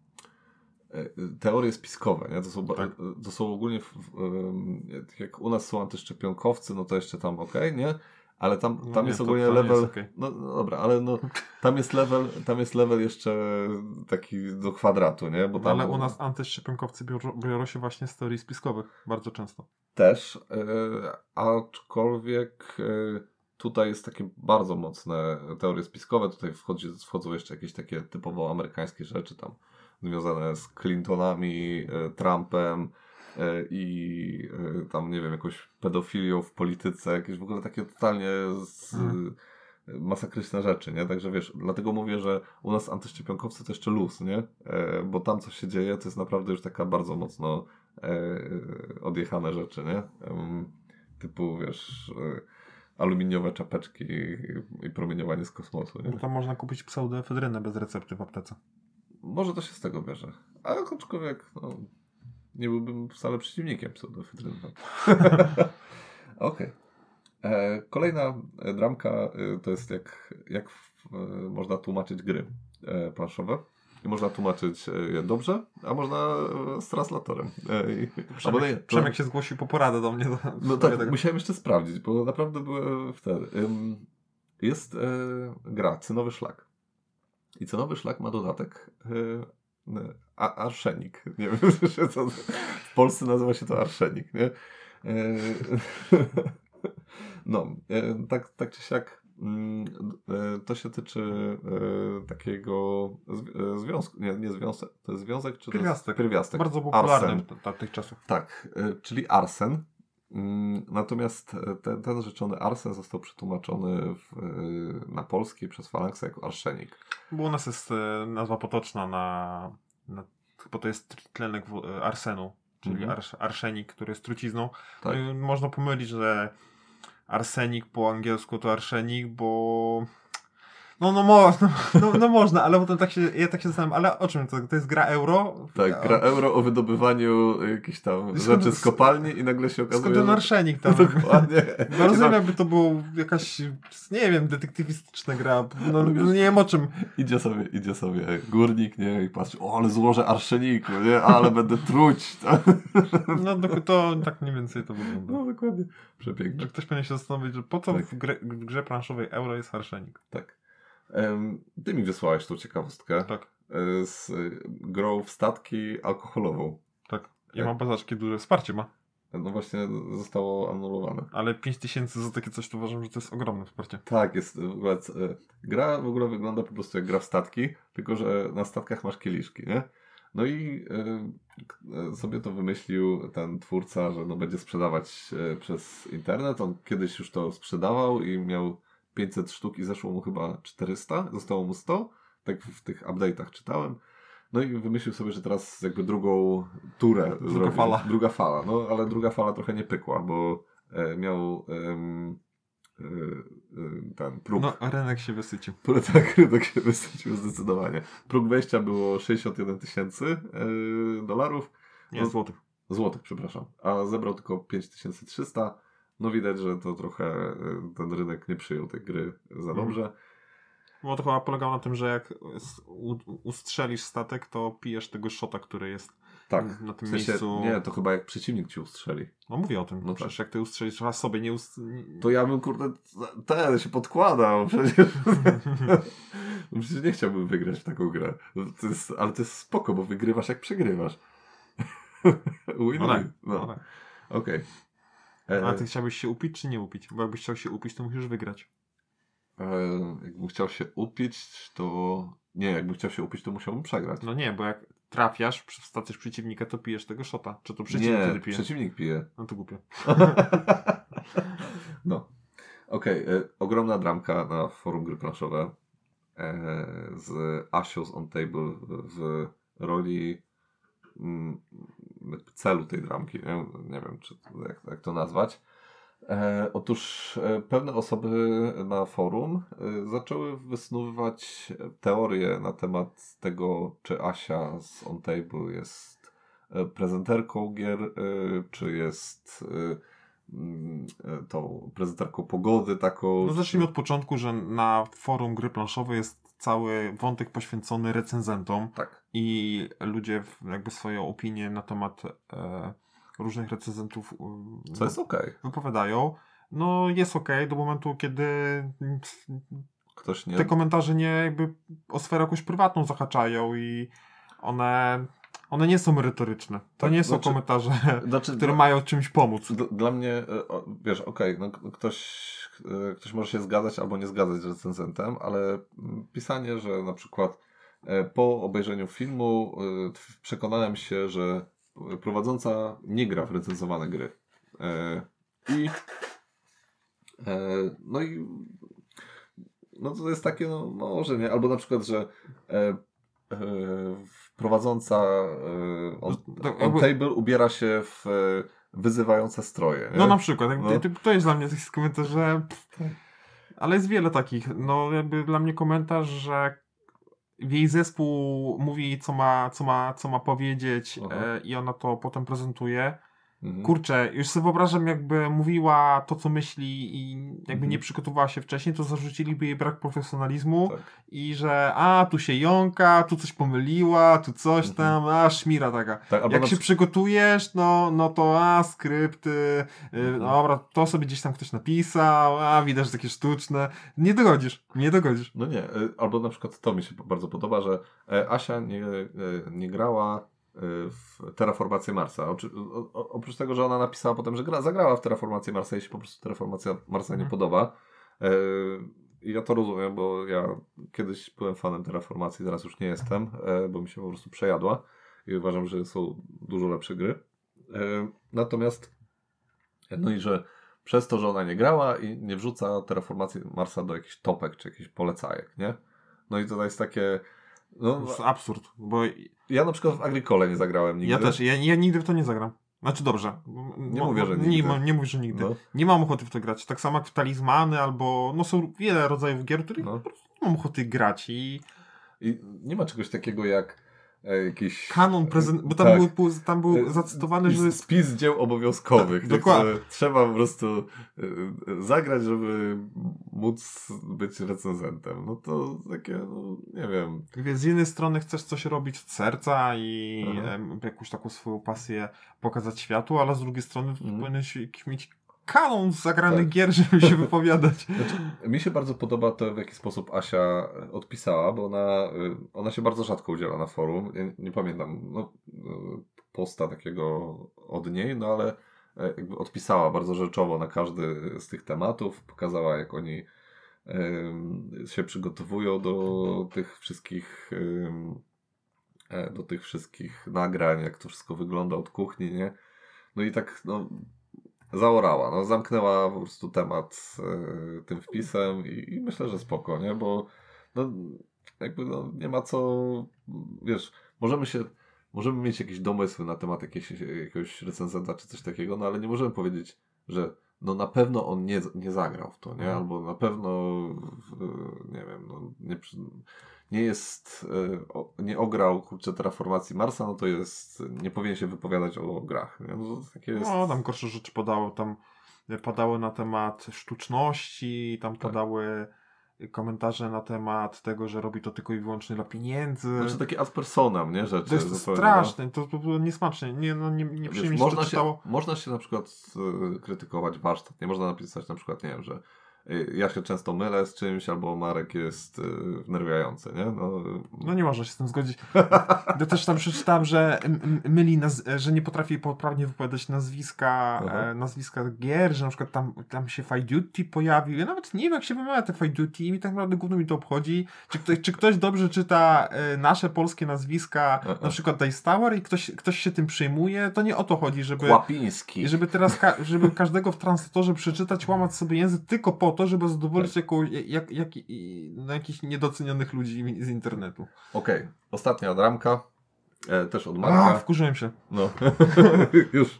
teorie spiskowe, nie? To są, tak. to są ogólnie, um, jak u nas są antyszczepionkowcy, no to jeszcze tam okej, okay, nie? Ale tam, tam no nie, jest ogólnie to, to level, jest okay. no, no dobra, ale no, tam jest level, tam jest level jeszcze taki do kwadratu, nie? Bo tam, ale u nas antyszczepionkowcy biorą, biorą się właśnie z teorii spiskowych, bardzo często. Też, yy, aczkolwiek yy, tutaj jest takie bardzo mocne teorie spiskowe, tutaj wchodzi, wchodzą jeszcze jakieś takie typowo amerykańskie rzeczy tam związane z Clintonami, yy, Trumpem, i y, tam, nie wiem, jakąś pedofilią w polityce, jakieś w ogóle takie totalnie z, hmm. masakryczne rzeczy, nie? Także wiesz, dlatego mówię, że u nas antyszczepionkowcy to jeszcze luz, nie? E, bo tam co się dzieje, to jest naprawdę już taka bardzo mocno e, odjechane rzeczy, nie? E, typu, wiesz, aluminiowe czapeczki i, i promieniowanie z kosmosu. Nie? No to można kupić pseudoefedrynę bez recepty w aptece. Może to się z tego bierze. Ale aczkolwiek no, nie byłbym wcale przeciwnikiem pseudoefedryny. Okej. Okay. Kolejna dramka e, to jest jak, jak e, można tłumaczyć gry e, planszowe. I można tłumaczyć je dobrze, a można z translatorem. Przemek, nie, to... Przemek się zgłosił po poradę do mnie. Do... No tak, tego. Musiałem jeszcze sprawdzić, bo naprawdę były wtedy. Jest e, gra Cynowy Szlak. I Cynowy Szlak ma dodatek e, a, arszenik. Nie wiem, co w Polsce nazywa się to arszenik, nie? E, no, e, tak, tak czy siak to się tyczy e, takiego zw- związku, nie, nie związek, to jest związek czy pierwiastek. To jest pierwiastek. Bardzo popularny w tych czasach. Tak, e, czyli arsen. Mm, natomiast ten, ten rzeczony arsen został przetłumaczony w, e, na polski przez Falanksa jako arszenik. Bo u nas jest e, nazwa potoczna na, na bo to jest tlenek w, e, arsenu, czyli mm-hmm. ars, arszenik, który jest trucizną. Tak. No można pomylić, że arsenik po angielsku to arszenik, bo no, no, mo, no, no, no można, ale potem tak się, ja tak się zastanawiam, ale o czym to? To jest gra euro? Tak, gra euro o wydobywaniu jakichś tam skąd, rzeczy z kopalni i nagle się okazuje... Skąd ten arszenik tam? Dokładnie. No rozumiem, jakby to był jakaś, nie wiem, detektywistyczna gra, no, no nie wiem o czym. Idzie sobie, idzie sobie górnik, nie, i patrzy, o, ale złożę arszeniku, nie, ale będę truć. No to tak mniej więcej to wygląda. No dokładnie, przepięknie. Ktoś powinien się zastanowić, że po co tak. w, grze, w grze planszowej euro jest arszenik. Tak. Ty mi wysłałeś tą ciekawostkę tak. z grą w statki alkoholową. Tak. Ja mam bazaczki, duże wsparcie ma. No właśnie zostało anulowane. Ale pięć tysięcy za takie coś to uważam, że to jest ogromne wsparcie. Tak, jest w ogóle, gra w ogóle wygląda po prostu jak gra w statki, tylko że na statkach masz kieliszki, nie? No i y, sobie to wymyślił ten twórca, że no będzie sprzedawać y, przez internet. On kiedyś już to sprzedawał i miał pięćset sztuk i zeszło mu chyba czterysta, zostało mu sto, tak w tych update'ach czytałem. No i wymyślił sobie, że teraz jakby drugą turę druga zrobi. fala. Druga fala, no ale druga fala trochę nie pykła, bo e, miał e, e, ten próg. No, rynek się wysycił. Tak, rynek się wysycił zdecydowanie. Próg wejścia było sześćdziesiąt jeden tysięcy e, dolarów. Nie, no, złotych. Złotych, przepraszam. A zebrał tylko pięć tysięcy trzysta. No widać, że to trochę ten rynek nie przyjął tej gry za dobrze. Mm. Bo to chyba polegało na tym, że jak ustrzelisz statek, to pijesz tego szota, który jest tak, na tym w sensie, miejscu. Nie, to chyba jak przeciwnik ci ustrzeli. No mówię o tym. No przecież tak. Jak ty ustrzelisz raz sobie nie ust... To ja bym kurde ten się podkładał. Przecież, przecież nie chciałbym wygrać w taką grę. To jest, ale to jest spoko, bo wygrywasz jak przegrywasz. Win, no tak. No. No tak. Okej. Okay. A ty chciałbyś się upić, czy nie upić? Bo jakbyś chciał się upić, to musisz wygrać. E, jakbym chciał się upić, to... Nie, jakbym chciał się upić, to musiałbym przegrać. No nie, bo jak trafiasz, wstawisz przeciwnika, to pijesz tego szota. Czy to przeciwnik nie, wtedy pije? przeciwnik pije. No to głupio. No. Okej, okay. Ogromna dramka na forum gry planszowe e, z Asią z On Table w roli m, celu tej dramki. Nie, nie wiem, czy, jak, jak to nazwać. E, otóż e, pewne osoby na forum e, zaczęły wysnuwać teorie na temat tego, czy Asia z On Table jest e, prezenterką gier, e, czy jest e, tą prezenterką pogody taką. No zacznijmy od początku, że na forum gry planszowej jest cały wątek poświęcony recenzentom. Tak. I ludzie jakby swoją opinię na temat e, różnych recenzentów Co jest okej. Okay. wypowiadają. No jest okej okay do momentu, kiedy ktoś nie... te komentarze nie jakby o sferę jakąś prywatną zahaczają i one, one nie są merytoryczne. To tak, nie są znaczy, komentarze, znaczy, które dla, mają czymś pomóc. D- dla mnie, wiesz, okej, okay, no ktoś, ktoś może się zgadzać albo nie zgadzać z recenzentem, ale pisanie, że na przykład po obejrzeniu filmu przekonałem się, że prowadząca nie gra w recenzowane gry. E, I e, no i no to jest takie, no może nie, albo na przykład, że e, e, prowadząca e, on, on table ubiera się w wyzywające stroje. Nie? No na przykład, jak, No. to jest dla mnie taki komentarz, że... Ale jest wiele takich. No jakby dla mnie komentarz, że jej zespół mówi, co ma, co ma, co ma powiedzieć e, i ona to potem prezentuje. Mhm. Kurczę, już sobie wyobrażam, jakby mówiła to, co myśli i jakby mhm. nie przygotowała się wcześniej, to zarzuciliby jej brak profesjonalizmu tak. i że a, tu się jąka, tu coś pomyliła, tu coś mhm. tam, a, szmira taka. Tak, jak się na... przygotujesz, no, no to a, skrypty, mhm. y, dobra, to sobie gdzieś tam ktoś napisał, a, widać, że takie sztuczne. Nie dogodzisz, nie dogodzisz. No nie, albo na przykład to mi się bardzo podoba, że Asia nie, nie grała w Terraformację Marsa. Oprócz tego, że ona napisała potem, że gra, zagrała w Terraformację Marsa, jeśli po prostu Terraformacja Marsa nie podoba. I ja to rozumiem, bo ja kiedyś byłem fanem Terraformacji, teraz już nie jestem, bo mi się po prostu przejadła i uważam, że są dużo lepsze gry. Natomiast no i że przez to, że ona nie grała i nie wrzuca Terraformacji Marsa do jakichś topek czy jakichś polecajek, nie? No i to jest takie... No, to jest absurd, bo... Ja na przykład w Agricole nie zagrałem nigdy. Ja też, ja, ja nigdy w to nie zagram. Znaczy dobrze. Nie mówię, że nigdy. Nie, nie mówię, że nigdy. No. Nie mam ochoty w to grać. Tak samo jak w Talizmany albo... No są wiele rodzajów gier, których no. po prostu nie mam ochoty grać i... I nie ma czegoś takiego jak e, jakiś... Kanon prezent... Bo tam, tak. był, tam był zacytowany, że... Spis dzieł obowiązkowych. Tak, dokładnie. Trzeba po prostu e, zagrać, żeby móc być recenzentem. No to takie, no nie wiem. Więc z jednej strony chcesz coś robić od serca i e, jakąś taką swoją pasję pokazać światu, ale z drugiej strony mhm. powinieneś mieć kanon z zagranych tak. gier, żeby się wypowiadać. Znaczy, mi się bardzo podoba to, w jaki sposób Asia odpisała, bo ona, ona się bardzo rzadko udziela na forum. Ja nie pamiętam no, posta takiego od niej, no ale jakby odpisała bardzo rzeczowo na każdy z tych tematów. Pokazała, jak oni um, się przygotowują do tych wszystkich um, do tych wszystkich nagrań, jak to wszystko wygląda od kuchni, nie? No i tak, no zaorała, no zamknęła po prostu temat y, tym wpisem i, i myślę, że spoko, nie? Bo no, jakby no, nie ma co, wiesz, możemy się, możemy mieć jakieś domysły na temat jakiegoś, jakiegoś recenzenta czy coś takiego, no ale nie możemy powiedzieć, że no na pewno on nie, nie zagrał w to, nie? Albo na pewno y, nie wiem, no nie, nie jest, y, nie ograł kurczę Terraformacji Marsa, no to jest, nie powinien się wypowiadać o grach, nie? No, to takie jest... no tam gorsze rzeczy padało, tam padały na temat sztuczności, tam tak. padały komentarze na temat tego, że robi to tylko i wyłącznie dla pieniędzy. Znaczy takie ad personam, nie? Rzeczy. To jest zupełnie, straszne, no. to, to było niesmaczne, nie, no, nie, nie Wiesz, można, się, można się na przykład y, krytykować warsztat, nie można napisać na przykład, nie wiem, że ja się często mylę z czymś, albo Marek jest y, wnerwiający, nie? No, no nie można się z tym zgodzić. Ja też tam przeczytałem, że myli, naz- że nie potrafi poprawnie wypowiadać nazwiska, e, nazwiska gier, że na przykład tam, tam się Five Duty pojawił. Ja nawet nie wiem, jak się wymawia te Five Duty i mi tak naprawdę gówno mi to obchodzi. Czy ktoś, czy ktoś dobrze czyta e, nasze polskie nazwiska, Aha. na przykład Dice Tower i ktoś, ktoś się tym przejmuje, to nie o to chodzi, żeby Kłapiński. żeby teraz ka- żeby każdego w translatorze przeczytać, łamać sobie język tylko po to, żeby zadowolić tak. jaką, jak, jak, no, jakichś niedocenionych ludzi z internetu. Okej, okay. Ostatnia ramka, e, też od Marka. A, wkurzyłem się. No, już.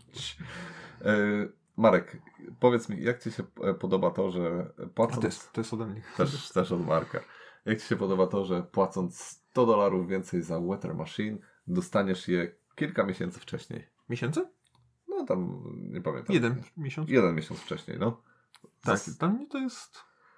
E, Marek, powiedz mi, jak Ci się podoba to, że płacąc... A to jest, to jest ode mnie. Też, też od Marka. Jak Ci się podoba to, że płacąc sto dolarów więcej za Weather Machine, dostaniesz je kilka miesięcy wcześniej? Miesięcy? No tam, nie pamiętam. Jeden miesiąc. Jeden miesiąc wcześniej, no. Tak, dla mnie to jest...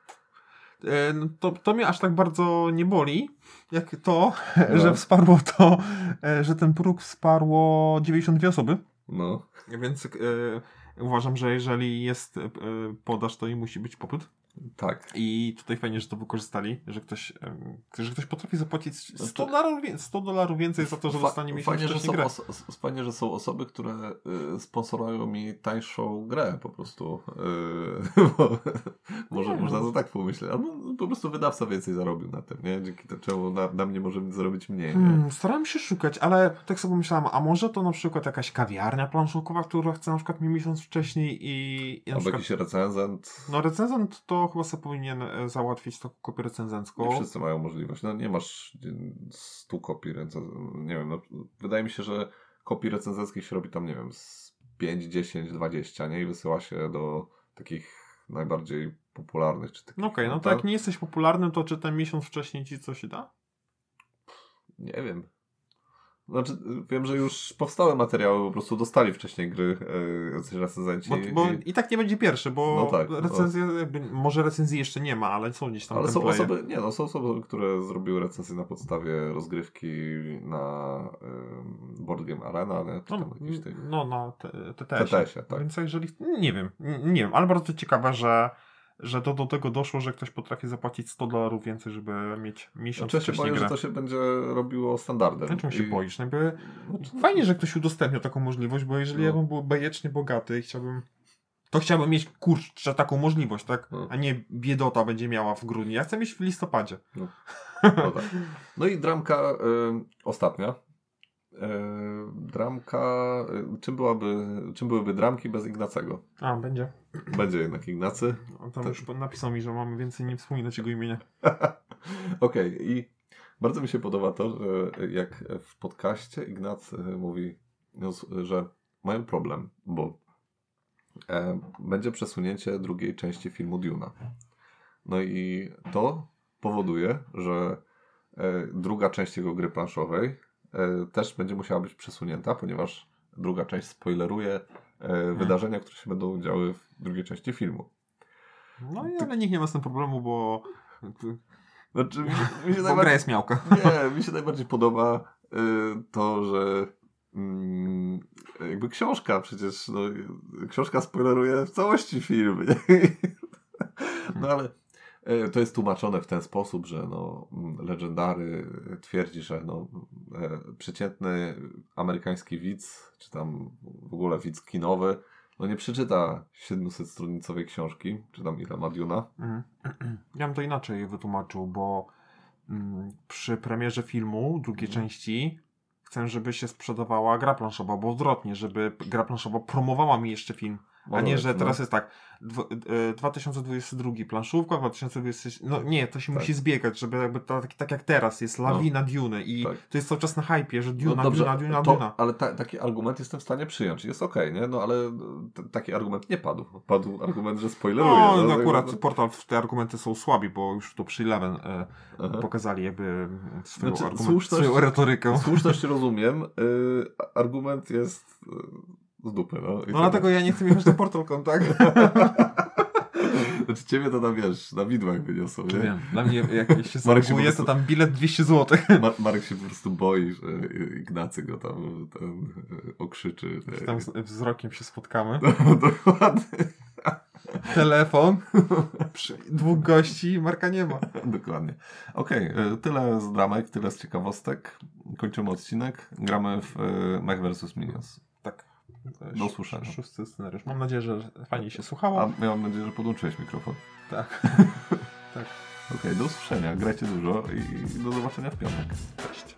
E, no to, to mnie aż tak bardzo nie boli, jak to, no. że wsparło to, e, że ten próg wsparło dziewięćdziesiąt dwie osoby. No. Więc e, uważam, że jeżeli jest e, podaż, to i musi być popyt. Tak. I tutaj fajnie, że to wykorzystali, że ktoś, że ktoś potrafi zapłacić sto dolarów, sto dolarów więcej za to, że dostanie miesiąc fajnie, wcześniej grę. Oso- fajnie, że są osoby, które y, sponsorują mi tańszą grę po prostu. Y, bo, może nie, można to tak pomyśleć. Albo po prostu wydawca więcej zarobił na tym, nie? Dzięki temu na, na mnie możemy zarobić mniej. Hmm, starałem się szukać, ale tak sobie myślałem, a może to na przykład jakaś kawiarnia planszówkowa, która chce na przykład mi miesiąc wcześniej i... i Albo przykład, jakiś recenzent. No recenzent to chyba sobie powinien załatwić taką kopię recenzencką. Nie wszyscy mają możliwość. No nie masz stu kopii recenzenckich. Nie wiem, no, wydaje mi się, że kopii recenzenckich się robi tam, nie wiem, z pięć, dziesięć, dwadzieścia, nie? I wysyła się do takich najbardziej popularnych. Czy takich, No okej, okay, no to jak nie jesteś popularnym, to czy ten miesiąc wcześniej ci coś da? Nie wiem. Znaczy, wiem, że już powstały materiały, po prostu dostali wcześniej gry yy, jacyś recenzenci. Bo, bo i... i tak nie będzie pierwszy, bo no tak, recenzje, no. jakby, może recenzji jeszcze nie ma, ale są gdzieś tam ale templaye. są osoby, nie no, są osoby, które zrobiły recenzję na podstawie rozgrywki na yy, Board Game Arena, nie? Czy No, tam jakiś tych... no na T T S-ie. T T S-ie, tak. Więc jeżeli, nie wiem, nie wiem, ale bardzo ciekawe, że że to do tego doszło, że ktoś potrafi zapłacić sto dolarów więcej, żeby mieć miesiąc Znaczy, wcześniej się boję, grę. że to się będzie robiło standardem. Na czym się I... boisz? Jakby... Znaczy, Fajnie, że ktoś udostępnia taką możliwość, bo jeżeli no. ja bym był bajecznie bogaty i chciałbym... to chciałbym mieć, kurczę, taką możliwość, tak? No. A nie biedota będzie miała w grudniu. Ja chcę mieć w listopadzie. No, no, tak. No i dramka y, ostatnia. Y, dramka... Y, czym, byłaby, czym byłyby dramki bez Ignacego? A, będzie. Będzie jednak Ignacy. On tam to... już napisał mi, że mamy więcej nie wspominać jego imienia. Okej, okay. I bardzo mi się podoba to, że jak w podcaście Ignacy mówi, że mają problem, bo e, będzie przesunięcie drugiej części filmu Dune'a. No i to powoduje, że e, druga część jego gry planszowej e, też będzie musiała być przesunięta, ponieważ druga część spoileruje e, hmm. wydarzenia, które się będą działy w drugiej części filmu. No i ale nikt nie ma z tym problemu, bo... Znaczy, mi się, mi się bo najbardziej... gra jest miałka. Nie, mi się najbardziej podoba y, to, że y, jakby książka przecież, no, książka spoileruje w całości film. Nie? No ale y, to jest tłumaczone w ten sposób, że no, Legendary twierdzi, że no, y, przeciętny amerykański widz, czy tam w ogóle widz kinowy, no nie przeczyta siedmiosetstronicowej książki, czy tam ile ma Dune'a. Mhm. Ja bym to inaczej wytłumaczył, bo mm, przy premierze filmu drugiej mhm. części chcę, żeby się sprzedawała gra planszowa, bo odwrotnie, żeby gra planszowa promowała mi jeszcze film. A nie, że teraz jest tak, dwa tysiące dwudziesty drugi planszówka, dwa tysiące dwudziesty... No nie, to się tak. musi zbiegać, żeby jakby to, tak, tak jak teraz jest lawina no. Duny i tak. to jest cały czas na hypie, że Duna, no dobrze, Duna, Duna, to, Duna. Ale ta, taki argument jestem w stanie przyjąć, jest okej, okay, nie? No ale t- taki argument nie padł. Padł argument, że spoileruje. No, no, no akurat no. portal, te argumenty są słabi, bo już to przy Eleven e, pokazali jakby swoją, znaczy, argument, słuszność, swoją retorykę. Słuszność rozumiem, y, argument jest... Y, z dupy, no. I no dlatego ja nie chcę jechać na portal.com, tak? Znaczy ciebie to tam, wiesz, na widłach wyniosą, nie? Wiem. Dla mnie, jak się zaloguje, prostu... to tam bilet dwieście złotych. Mar- Marek się po prostu boi, że Ignacy go tam, tam okrzyczy. Że tam wzrokiem się spotkamy. No, dokładnie. Telefon. Dwóch gości, Marka nie ma. Dokładnie. Okej, okay, tyle z dramek, tyle z ciekawostek. Kończymy odcinek. Gramy w Mech versus. Minions. Tak. Do usłyszenia. Szósty scenariusz. Mam nadzieję, że fajnie się słuchało. A ja mam nadzieję, że podłączyłeś mikrofon. Tak. tak. Okej, okay, do usłyszenia. Grajcie dużo i do zobaczenia w piątek. Cześć.